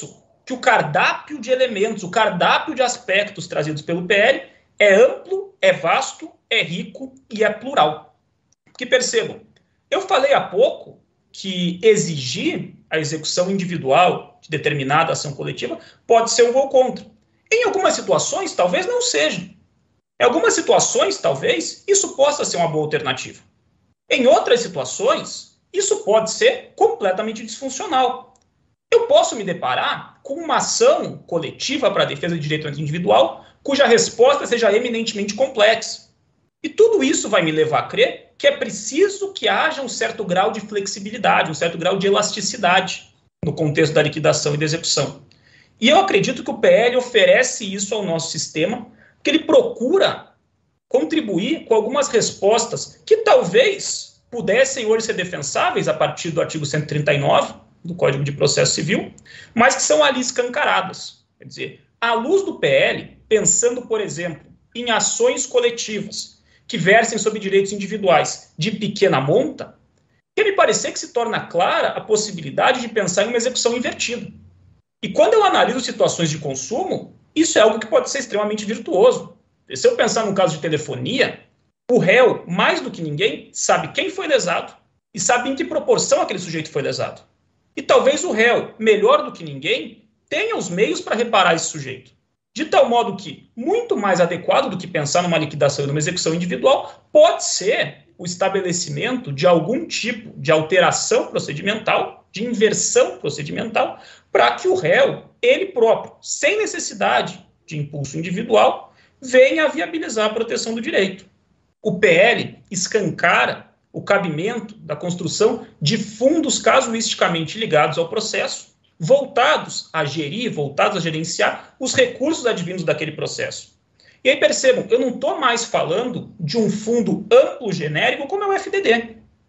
que o cardápio de elementos, o cardápio de aspectos trazidos pelo P L é amplo, é vasto, é rico e é plural. Porque percebam, eu falei há pouco que exigir a execução individual de determinada ação coletiva pode ser um gol contra. Em algumas situações, talvez não seja. Em algumas situações, talvez, isso possa ser uma boa alternativa. Em outras situações, isso pode ser completamente disfuncional. Eu posso me deparar com uma ação coletiva para a defesa de direito individual cuja resposta seja eminentemente complexa. E tudo isso vai me levar a crer que é preciso que haja um certo grau de flexibilidade, um certo grau de elasticidade no contexto da liquidação e da execução. E eu acredito que o P L oferece isso ao nosso sistema, porque ele procura contribuir com algumas respostas que talvez pudessem hoje ser defensáveis a partir do artigo cento e trinta e nove do Código de Processo Civil, mas que são ali escancaradas. Quer dizer, à luz do P L, pensando, por exemplo, em ações coletivas que versem sobre direitos individuais de pequena monta, que me parecer que se torna clara a possibilidade de pensar em uma execução invertida. E quando eu analiso situações de consumo, isso é algo que pode ser extremamente virtuoso. Se eu pensar no caso de telefonia, o réu, mais do que ninguém, sabe quem foi lesado e sabe em que proporção aquele sujeito foi lesado. E talvez o réu, melhor do que ninguém, tenha os meios para reparar esse sujeito. De tal modo que, muito mais adequado do que pensar numa liquidação e numa execução individual, pode ser o estabelecimento de algum tipo de alteração procedimental, de inversão procedimental, para que o réu, ele próprio, sem necessidade de impulso individual, venha a viabilizar a proteção do direito. O P L escancara o cabimento da construção de fundos casuisticamente ligados ao processo, voltados a gerir, voltados a gerenciar os recursos advindos daquele processo. E aí percebam, eu não estou mais falando de um fundo amplo genérico como é o F D D.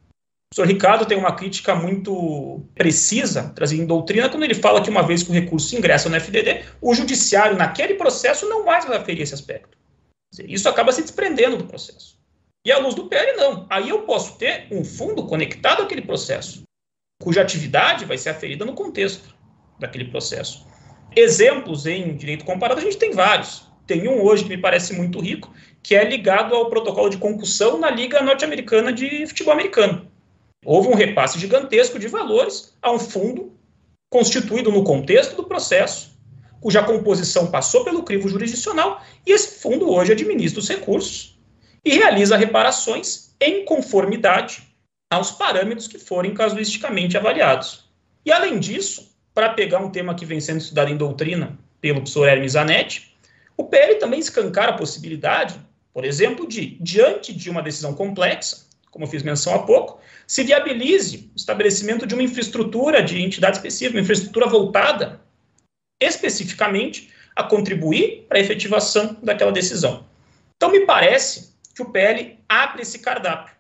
O professor Ricardo tem uma crítica muito precisa, trazida em doutrina, quando ele fala que uma vez que o recurso ingressa no F D D, o judiciário naquele processo não mais vai aferir esse aspecto. Quer dizer, isso acaba se desprendendo do processo. E à luz do P L, não. Aí eu posso ter um fundo conectado àquele processo, cuja atividade vai ser aferida no contexto daquele processo. Exemplos em direito comparado, a gente tem vários. Tem um hoje que me parece muito rico, que é ligado ao protocolo de concussão na Liga Norte-Americana de Futebol Americano. Houve um repasse gigantesco de valores a um fundo constituído no contexto do processo, cuja composição passou pelo crivo jurisdicional, e esse fundo hoje administra os recursos e realiza reparações em conformidade aos parâmetros que forem casuisticamente avaliados. E, além disso, para pegar um tema que vem sendo estudado em doutrina pelo professor Hermes Zanetti, o P L também escancara a possibilidade, por exemplo, de, diante de uma decisão complexa, como eu fiz menção há pouco, se viabilize o estabelecimento de uma infraestrutura de entidade específica, uma infraestrutura voltada especificamente a contribuir para a efetivação daquela decisão. Então, me parece que o P L abre esse cardápio.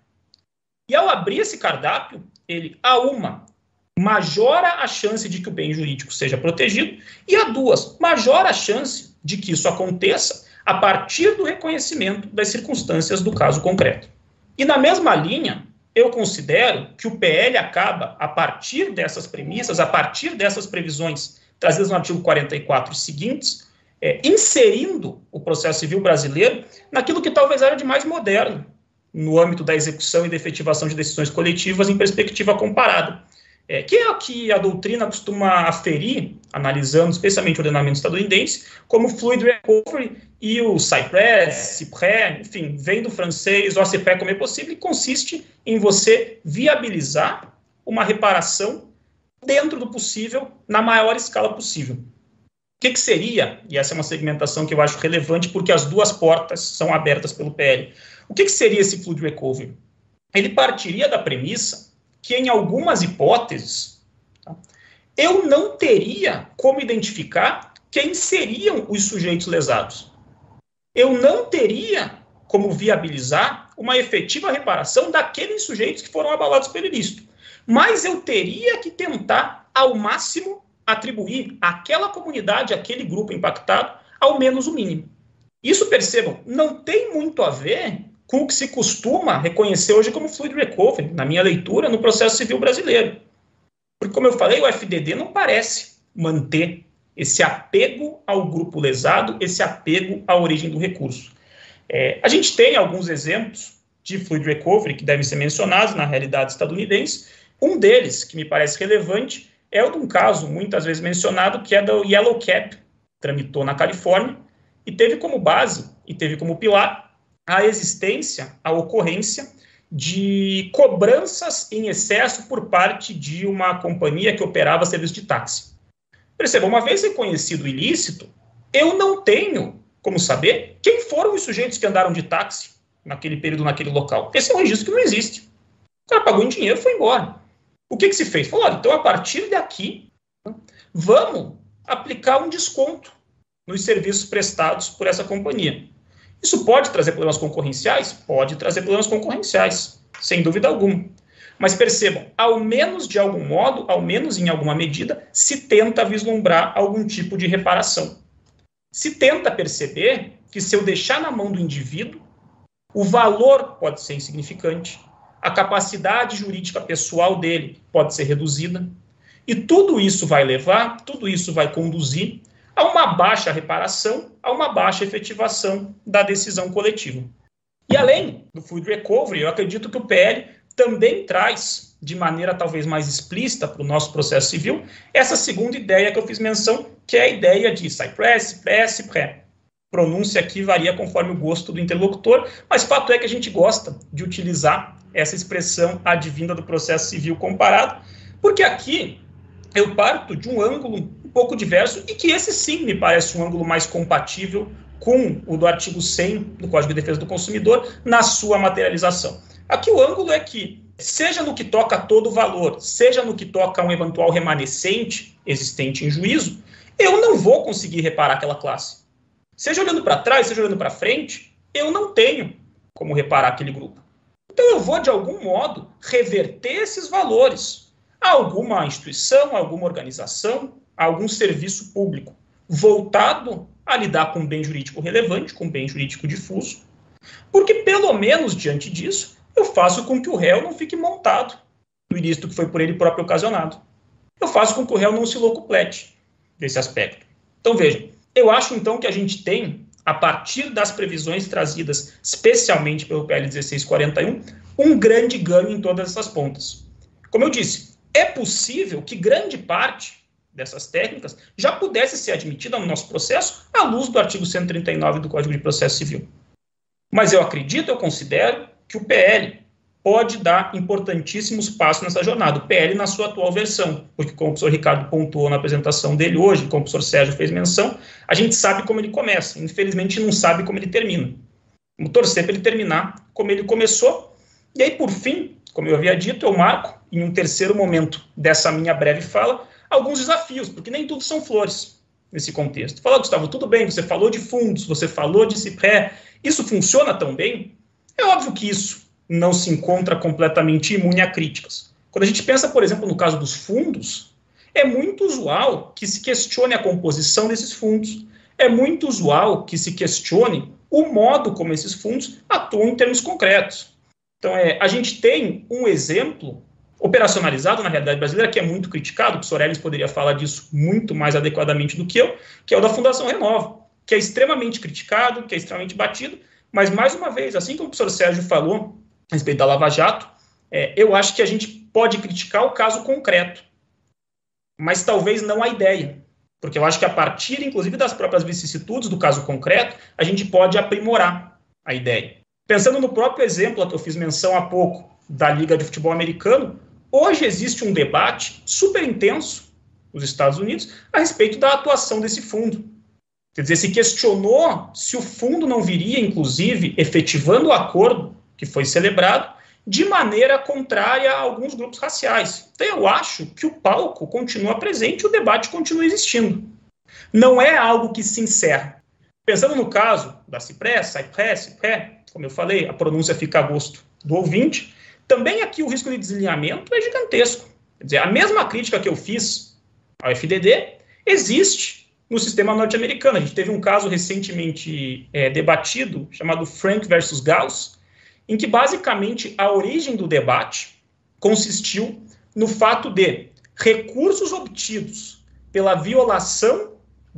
E, ao abrir esse cardápio, ele, a uma, majora a chance de que o bem jurídico seja protegido, e, a duas, majora a chance de que isso aconteça a partir do reconhecimento das circunstâncias do caso concreto. E, na mesma linha, eu considero que o P L acaba, a partir dessas premissas, a partir dessas previsões trazidas no artigo quarenta e quatro seguintes, é, inserindo o processo civil brasileiro naquilo que talvez era de mais moderno no âmbito da execução e da efetivação de decisões coletivas em perspectiva comparada, é, que é o que a doutrina costuma aferir, analisando especialmente o ordenamento estadunidense, como fluid recovery, e o Cypress, Cyprès, enfim, vem do francês, o A C P como é possível, e consiste em você viabilizar uma reparação dentro do possível, na maior escala possível. O que, que seria, e essa é uma segmentação que eu acho relevante, porque as duas portas são abertas pelo P L, o que, que seria esse fluid recovery? Ele partiria da premissa que, em algumas hipóteses, tá, eu não teria como identificar quem seriam os sujeitos lesados. Eu não teria como viabilizar uma efetiva reparação daqueles sujeitos que foram abalados pelo ilícito. Mas eu teria que tentar, ao máximo, atribuir àquela comunidade, àquele grupo impactado, ao menos o mínimo. Isso, percebam, não tem muito a ver com o que se costuma reconhecer hoje como fluid recovery, na minha leitura, no processo civil brasileiro. Porque, como eu falei, o F D D não parece manter esse apego ao grupo lesado, esse apego à origem do recurso. É, a gente tem alguns exemplos de fluid recovery que devem ser mencionados na realidade estadunidense. Um deles, que me parece relevante, é o de um caso muitas vezes mencionado, que é do Yellow Cap, que tramitou na Califórnia, e teve como base, e teve como pilar, a existência, a ocorrência de cobranças em excesso por parte de uma companhia que operava serviço de táxi. Perceba, uma vez reconhecido o ilícito, eu não tenho como saber quem foram os sujeitos que andaram de táxi naquele período, naquele local. Esse é um registro que não existe. O cara pagou em dinheiro e foi embora. O que, que se fez? Falou, olha, então a partir daqui, vamos aplicar um desconto nos serviços prestados por essa companhia. Isso pode trazer problemas concorrenciais? Pode trazer problemas concorrenciais, sem dúvida alguma. Mas percebam, ao menos de algum modo, ao menos em alguma medida, se tenta vislumbrar algum tipo de reparação. Se tenta perceber que se eu deixar na mão do indivíduo, o valor pode ser insignificante, a capacidade jurídica pessoal dele pode ser reduzida, e tudo isso vai levar, tudo isso vai conduzir a uma baixa reparação, a uma baixa efetivação da decisão coletiva. E além do fluid recovery, eu acredito que o P L também traz, de maneira talvez mais explícita para o nosso processo civil, essa segunda ideia que eu fiz menção, que é a ideia de cypress, cypress, cypress. Pronúncia aqui varia conforme o gosto do interlocutor, mas fato é que a gente gosta de utilizar essa expressão advinda do processo civil comparado, porque aqui eu parto de um ângulo um pouco diverso e que esse sim me parece um ângulo mais compatível com o do artigo cem do Código de Defesa do Consumidor na sua materialização. Aqui o ângulo é que, seja no que toca a todo valor, seja no que toca a um eventual remanescente existente em juízo, eu não vou conseguir reparar aquela classe. Seja olhando para trás, seja olhando para frente, eu não tenho como reparar aquele grupo. Então eu vou, de algum modo, reverter esses valores a alguma instituição, a alguma organização, a algum serviço público, voltado a lidar com um bem jurídico relevante, com um bem jurídico difuso, porque, pelo menos, diante disso, eu faço com que o réu não fique montado no ilícito que foi por ele próprio ocasionado. Eu faço com que o réu não se locuplete desse aspecto. Então, vejam, eu acho, então, que a gente tem, a partir das previsões trazidas especialmente pelo P L dezesseis quarenta e um, um grande ganho em todas essas pontas. Como eu disse, é possível que grande parte dessas técnicas já pudesse ser admitida no nosso processo à luz do artigo cento e trinta e nove do Código de Processo Civil. Mas eu acredito, eu considero que o P L pode dar importantíssimos passos nessa jornada. O P L na sua atual versão, porque como o professor Ricardo pontuou na apresentação dele hoje, como o professor Sérgio fez menção, a gente sabe como ele começa, infelizmente não sabe como ele termina. Vamos torcer para ele terminar como ele começou, e aí por fim, como eu havia dito, eu marco, em um terceiro momento dessa minha breve fala, alguns desafios, porque nem tudo são flores nesse contexto. Fala, Gustavo, tudo bem, você falou de fundos, você falou de CIPRE, isso funciona tão bem? É óbvio que isso não se encontra completamente imune a críticas. Quando a gente pensa, por exemplo, no caso dos fundos, é muito usual que se questione a composição desses fundos, é muito usual que se questione o modo como esses fundos atuam em termos concretos. Então, é, a gente tem um exemplo operacionalizado na realidade brasileira, que é muito criticado, o professor Ellis poderia falar disso muito mais adequadamente do que eu, que é o da Fundação Renova, que é extremamente criticado, que é extremamente batido, mas, mais uma vez, assim como o professor Sérgio falou a respeito da Lava Jato, é, eu acho que a gente pode criticar o caso concreto, mas talvez não a ideia, porque eu acho que a partir, inclusive, das próprias vicissitudes do caso concreto, a gente pode aprimorar a ideia. Pensando no próprio exemplo que eu fiz menção há pouco, da Liga de Futebol Americano, hoje existe um debate super intenso nos Estados Unidos a respeito da atuação desse fundo. Quer dizer, se questionou se o fundo não viria, inclusive, efetivando o acordo que foi celebrado, de maneira contrária a alguns grupos raciais. Então, eu acho que o palco continua presente e o debate continua existindo. Não é algo que se encerra. Pensando no caso da CIPRE, CIPRE, CIPRE, como eu falei, a pronúncia fica a gosto do ouvinte, também aqui o risco de desalinhamento é gigantesco. Quer dizer, a mesma crítica que eu fiz ao F D D existe no sistema norte-americano. A gente teve um caso recentemente é, debatido, chamado Frank versus Gauss, em que basicamente a origem do debate consistiu no fato de recursos obtidos pela violação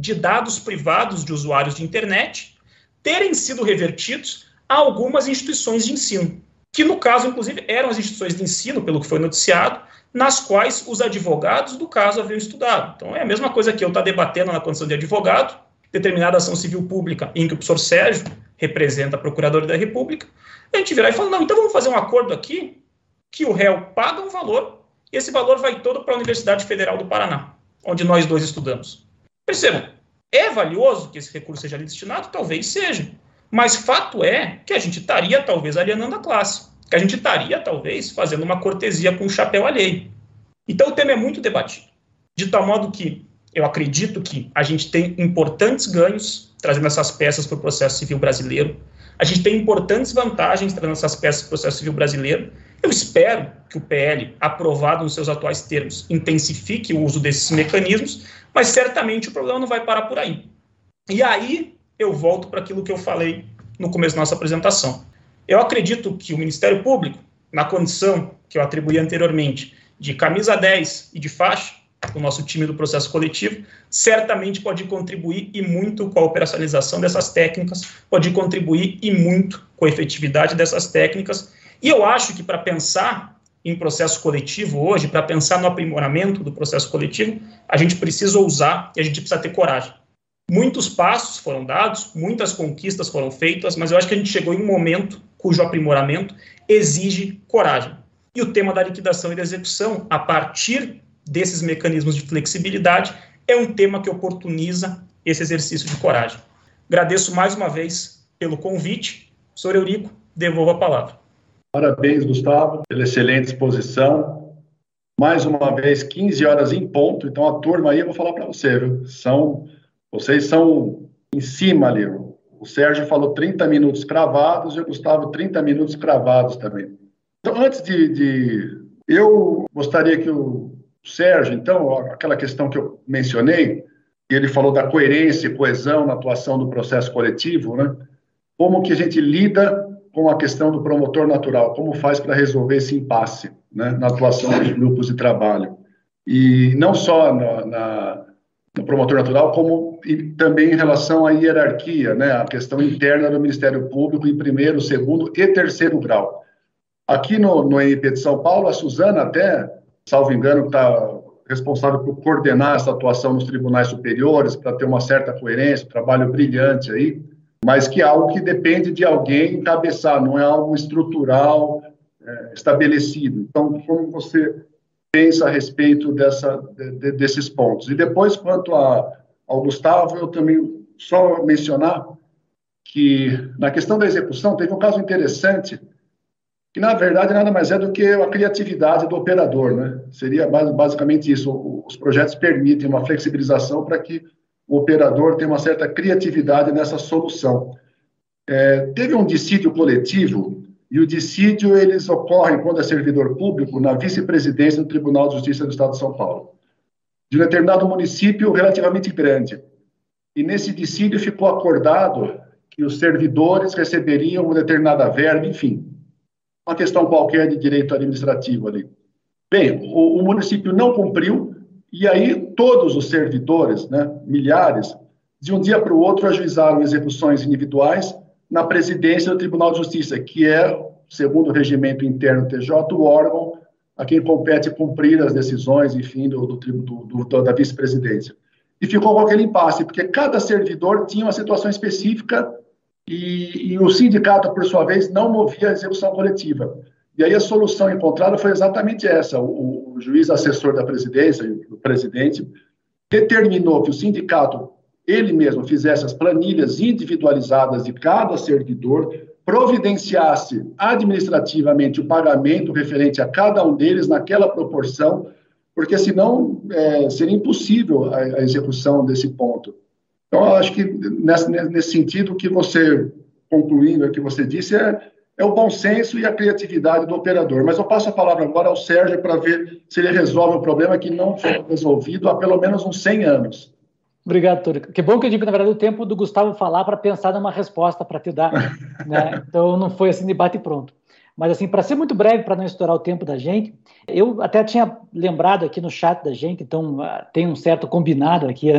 de dados privados de usuários de internet terem sido revertidos a algumas instituições de ensino, que no caso, inclusive, eram as instituições de ensino, pelo que foi noticiado, nas quais os advogados do caso haviam estudado. Então é a mesma coisa que eu estar debatendo na condição de advogado, determinada ação civil pública em que o professor Sérgio representa a Procuradoria da República, a gente virar e falar, não, então vamos fazer um acordo aqui que o réu paga um valor e esse valor vai todo para a Universidade Federal do Paraná, onde nós dois estudamos. Percebam, é valioso que esse recurso seja ali destinado? Talvez seja. Mas fato é que a gente estaria, talvez, alienando a classe. Que a gente estaria, talvez, fazendo uma cortesia com o chapéu alheio. Então o tema é muito debatido. De tal modo que eu acredito que a gente tem importantes ganhos trazendo essas peças para o processo civil brasileiro. A gente tem importantes vantagens trazendo essas peças para o processo civil brasileiro. Eu espero que o P L, aprovado nos seus atuais termos, intensifique o uso desses mecanismos, mas certamente o problema não vai parar por aí. E aí eu volto para aquilo que eu falei no começo da nossa apresentação. Eu acredito que o Ministério Público, na condição que eu atribuí anteriormente, de camisa dez e de faixa, o nosso time do processo coletivo, certamente pode contribuir e muito com a operacionalização dessas técnicas, pode contribuir e muito com a efetividade dessas técnicas. E eu acho que para pensar em processo coletivo hoje, para pensar no aprimoramento do processo coletivo, a gente precisa ousar e a gente precisa ter coragem. Muitos passos foram dados, muitas conquistas foram feitas, mas eu acho que a gente chegou em um momento cujo aprimoramento exige coragem. E o tema da liquidação e da execução, a partir desses mecanismos de flexibilidade, é um tema que oportuniza esse exercício de coragem. Agradeço mais uma vez pelo convite. Professor Eurico, devolvo a palavra.
Parabéns, Gustavo, pela excelente exposição. Mais uma vez, quinze horas em ponto. Então, a turma aí, eu vou falar para você, viu? São, vocês são em cima ali. O Sérgio falou trinta minutos cravados e o Gustavo trinta minutos cravados também. Então, antes de... de eu gostaria que o Sérgio, então, aquela questão que eu mencionei, ele falou da coerência e coesão na atuação do processo coletivo, né? Como que a gente lida com a questão do promotor natural, como faz para resolver esse impasse, né, na atuação dos grupos de trabalho. E não só na, na, no promotor natural, como e também em relação à hierarquia, né, a questão interna do Ministério Público em primeiro, segundo e terceiro grau. Aqui no, no M P de São Paulo, a Suzana até, salvo engano, está responsável por coordenar essa atuação nos tribunais superiores, para ter uma certa coerência, um trabalho brilhante aí, mas que é algo que depende de alguém encabeçar, não é algo estrutural, é, estabelecido. Então, como você pensa a respeito dessa, de, desses pontos? E depois, quanto a, ao Gustavo, eu também só mencionar que, na questão da execução, teve um caso interessante, que, na verdade, nada mais é do que a criatividade do operador, né? Seria basicamente isso. Os projetos permitem uma flexibilização para que o operador tenha uma certa criatividade nessa solução. É, teve um dissídio coletivo, e o dissídio, eles ocorrem quando é servidor público na vice-presidência do Tribunal de Justiça do Estado de São Paulo, de um determinado município relativamente grande. E nesse dissídio ficou acordado que os servidores receberiam uma determinada verba, enfim, uma questão qualquer de direito administrativo ali. Bem, o, o município não cumpriu, e aí todos os servidores, né, milhares, de um dia para o outro ajuizaram execuções individuais na presidência do Tribunal de Justiça, que é, segundo o regimento interno T J, o órgão a quem compete cumprir as decisões, enfim, do, do, do, do, da vice-presidência. E ficou com aquele impasse, porque cada servidor tinha uma situação específica e, e o sindicato, por sua vez, não movia a execução coletiva. E aí a solução encontrada foi exatamente essa. O, o juiz assessor da presidência, o presidente, determinou que o sindicato, ele mesmo, fizesse as planilhas individualizadas de cada servidor, providenciasse administrativamente o pagamento referente a cada um deles naquela proporção, porque senão é, seria impossível a, a execução desse ponto. Então, eu acho que nesse, nesse sentido, o que você, concluindo o que você disse, é, é o bom senso e a criatividade do operador. Mas eu passo a palavra agora ao Sérgio para ver se ele resolve o problema que não foi resolvido há pelo menos uns cem anos.
Obrigado, Túlio. Que bom que eu digo, na verdade, o tempo do Gustavo falar para pensar numa resposta para te dar, né? Então, não foi assim, debate pronto. Mas, assim, para ser muito breve, para não estourar o tempo da gente, eu até tinha lembrado aqui no chat da gente, então tem um certo combinado aqui antes,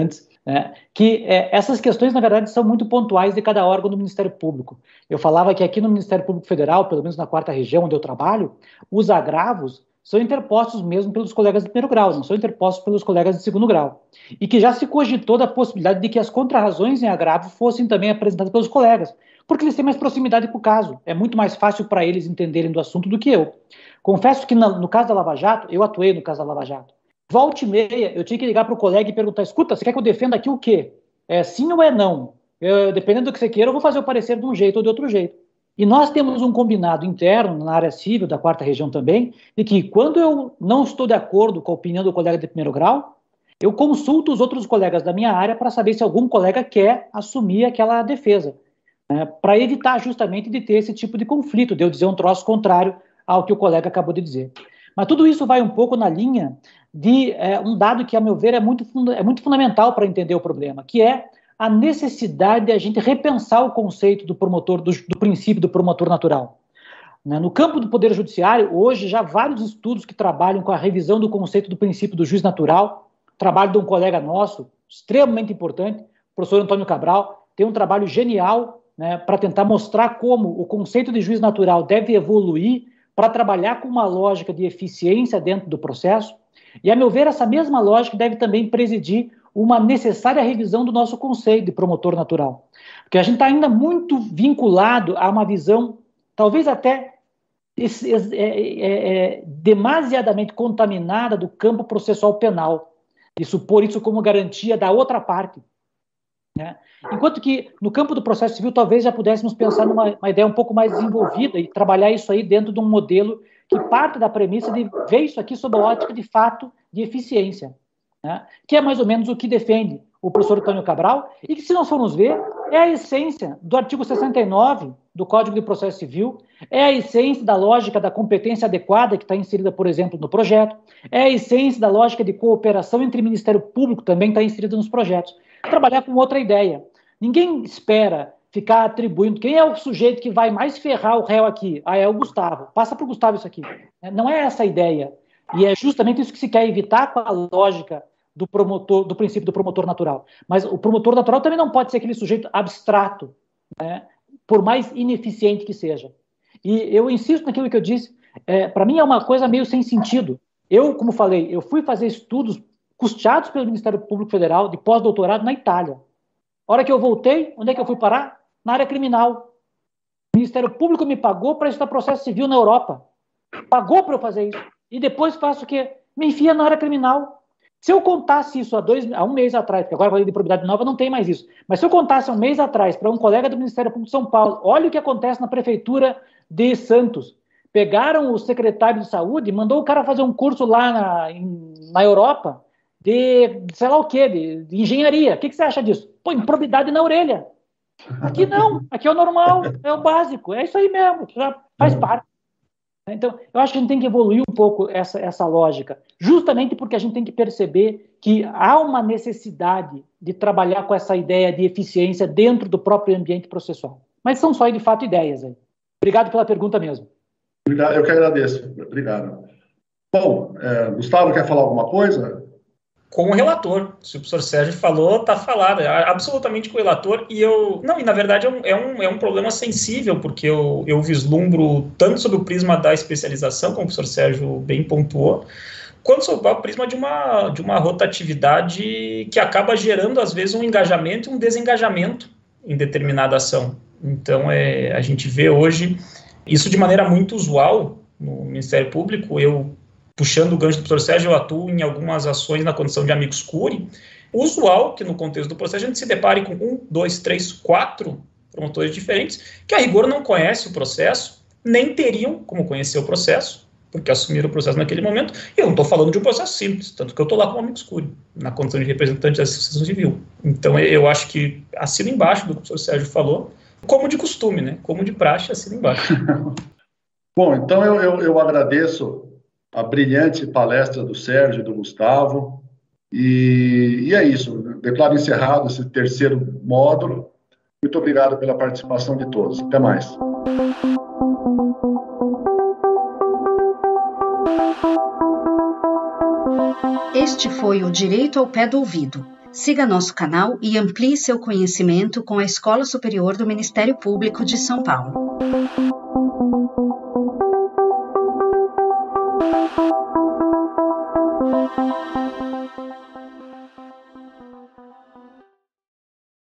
né, que é, essas questões, na verdade, são muito pontuais de cada órgão do Ministério Público. Eu falava que aqui no Ministério Público Federal, pelo menos na quarta região onde eu trabalho, os agravos são interpostos mesmo pelos colegas de primeiro grau, não são interpostos pelos colegas de segundo grau. E que já se cogitou da possibilidade de que as contrarrazões em agravo fossem também apresentadas pelos colegas, porque eles têm mais proximidade com o caso. É muito mais fácil para eles entenderem do assunto do que eu. Confesso que no caso da Lava Jato, eu atuei no caso da Lava Jato. Volta e meia, eu tinha que ligar para o colega e perguntar, escuta, você quer que eu defenda aqui o quê? É sim ou é não? Eu, dependendo do que você queira, eu vou fazer o parecer de um jeito ou de outro jeito. E nós temos um combinado interno, na área civil, da quarta região também, de que quando eu não estou de acordo com a opinião do colega de primeiro grau, eu consulto os outros colegas da minha área para saber se algum colega quer assumir aquela defesa, né, para evitar justamente de ter esse tipo de conflito, de eu dizer um troço contrário ao que o colega acabou de dizer. Mas tudo isso vai um pouco na linha de é, um dado que, a meu ver, é muito, é muito fundamental para entender o problema, que é a necessidade de a gente repensar o conceito do promotor, do, do princípio do promotor natural. Né? No campo do Poder Judiciário, hoje, já há vários estudos que trabalham com a revisão do conceito do princípio do juiz natural, trabalho de um colega nosso, extremamente importante, o professor Antônio Cabral, tem um trabalho genial, né, para tentar mostrar como o conceito de juiz natural deve evoluir para trabalhar com uma lógica de eficiência dentro do processo. E, a meu ver, essa mesma lógica deve também presidir uma necessária revisão do nosso conceito de promotor natural. Porque a gente está ainda muito vinculado a uma visão, talvez até é, é, é, demasiadamente contaminada do campo processual penal, e supor isso como garantia da outra parte. Né? Enquanto que, no campo do processo civil, talvez já pudéssemos pensar numa uma ideia um pouco mais desenvolvida e trabalhar isso aí dentro de um modelo que parte da premissa de ver isso aqui sob a ótica de fato de eficiência, né? Que é mais ou menos o que defende o professor Antônio Cabral e que, se nós formos ver, é a essência do artigo sessenta e nove do Código de Processo Civil, é a essência da lógica da competência adequada que está inserida, por exemplo, no projeto, é a essência da lógica de cooperação entre Ministério Público também está inserida nos projetos. Trabalhar com outra ideia. Ninguém espera ficar atribuindo quem é o sujeito que vai mais ferrar o réu aqui. Ah, é o Gustavo. Passa para o Gustavo isso aqui. Não é essa a ideia. E é justamente isso que se quer evitar com a lógica do promotor, do princípio do promotor natural. Mas o promotor natural também não pode ser aquele sujeito abstrato, né, por mais ineficiente que seja. E eu insisto naquilo que eu disse. É, para mim é uma coisa meio sem sentido. Eu, como falei, eu fui fazer estudos custeados pelo Ministério Público Federal de pós-doutorado na Itália. A hora que eu voltei, onde é que eu fui parar? Na área criminal. O Ministério Público me pagou para estudar processo civil na Europa. Pagou para eu fazer isso. E depois faço o quê? Me enfia na área criminal. Se eu contasse isso há, dois, há um mês atrás, porque agora com a lei de probidade nova não tem mais isso, mas se eu contasse há um mês atrás para um colega do Ministério Público de São Paulo, olha o que acontece na prefeitura de Santos. Pegaram o secretário de saúde e mandou o cara fazer um curso lá na, em, na Europa de, sei lá o quê, de, de engenharia. O que, que você acha disso? Pô, improbidade na orelha. Aqui não, aqui é o normal, é o básico, é isso aí mesmo, já faz parte. Então, eu acho que a gente tem que evoluir um pouco essa, essa lógica, justamente porque a gente tem que perceber que há uma necessidade de trabalhar com essa ideia de eficiência dentro do próprio ambiente processual. Mas são só, de fato, ideias aí. Obrigado pela pergunta mesmo.
Eu que agradeço. Obrigado. Bom, é, Gustavo, quer falar alguma coisa?
Com o relator. Se o professor Sérgio falou, está falado. É absolutamente com o relator. E eu. Não, e na verdade é um, é um, é um problema sensível, porque eu, eu vislumbro tanto sob o prisma da especialização, como o professor Sérgio bem pontuou, quanto sob o prisma de uma, de uma rotatividade que acaba gerando, às vezes, um engajamento e um desengajamento em determinada ação. Então, é, a gente vê hoje isso de maneira muito usual no Ministério Público. Eu, puxando o gancho do professor Sérgio, eu atuo em algumas ações na condição de amicus curiae. Usual que no contexto do processo a gente se depare com um, dois, três, quatro promotores diferentes que a rigor não conhecem o processo, nem teriam como conhecer o processo, porque assumiram o processo naquele momento. E eu não estou falando de um processo simples, tanto que eu estou lá como amicus curiae, na condição de representante da Associação Civil. Então eu acho que assino embaixo do que o professor Sérgio falou, como de costume, né? Como de praxe, assino embaixo.
Bom, então eu, eu, eu agradeço a brilhante palestra do Sérgio e do Gustavo, e, e é isso, declaro encerrado esse terceiro módulo. Muito obrigado pela participação de todos. Até mais.
Este foi o Direito ao Pé do Ouvido, Siga nosso canal e amplie seu conhecimento com a Escola Superior do Ministério Público de São Paulo.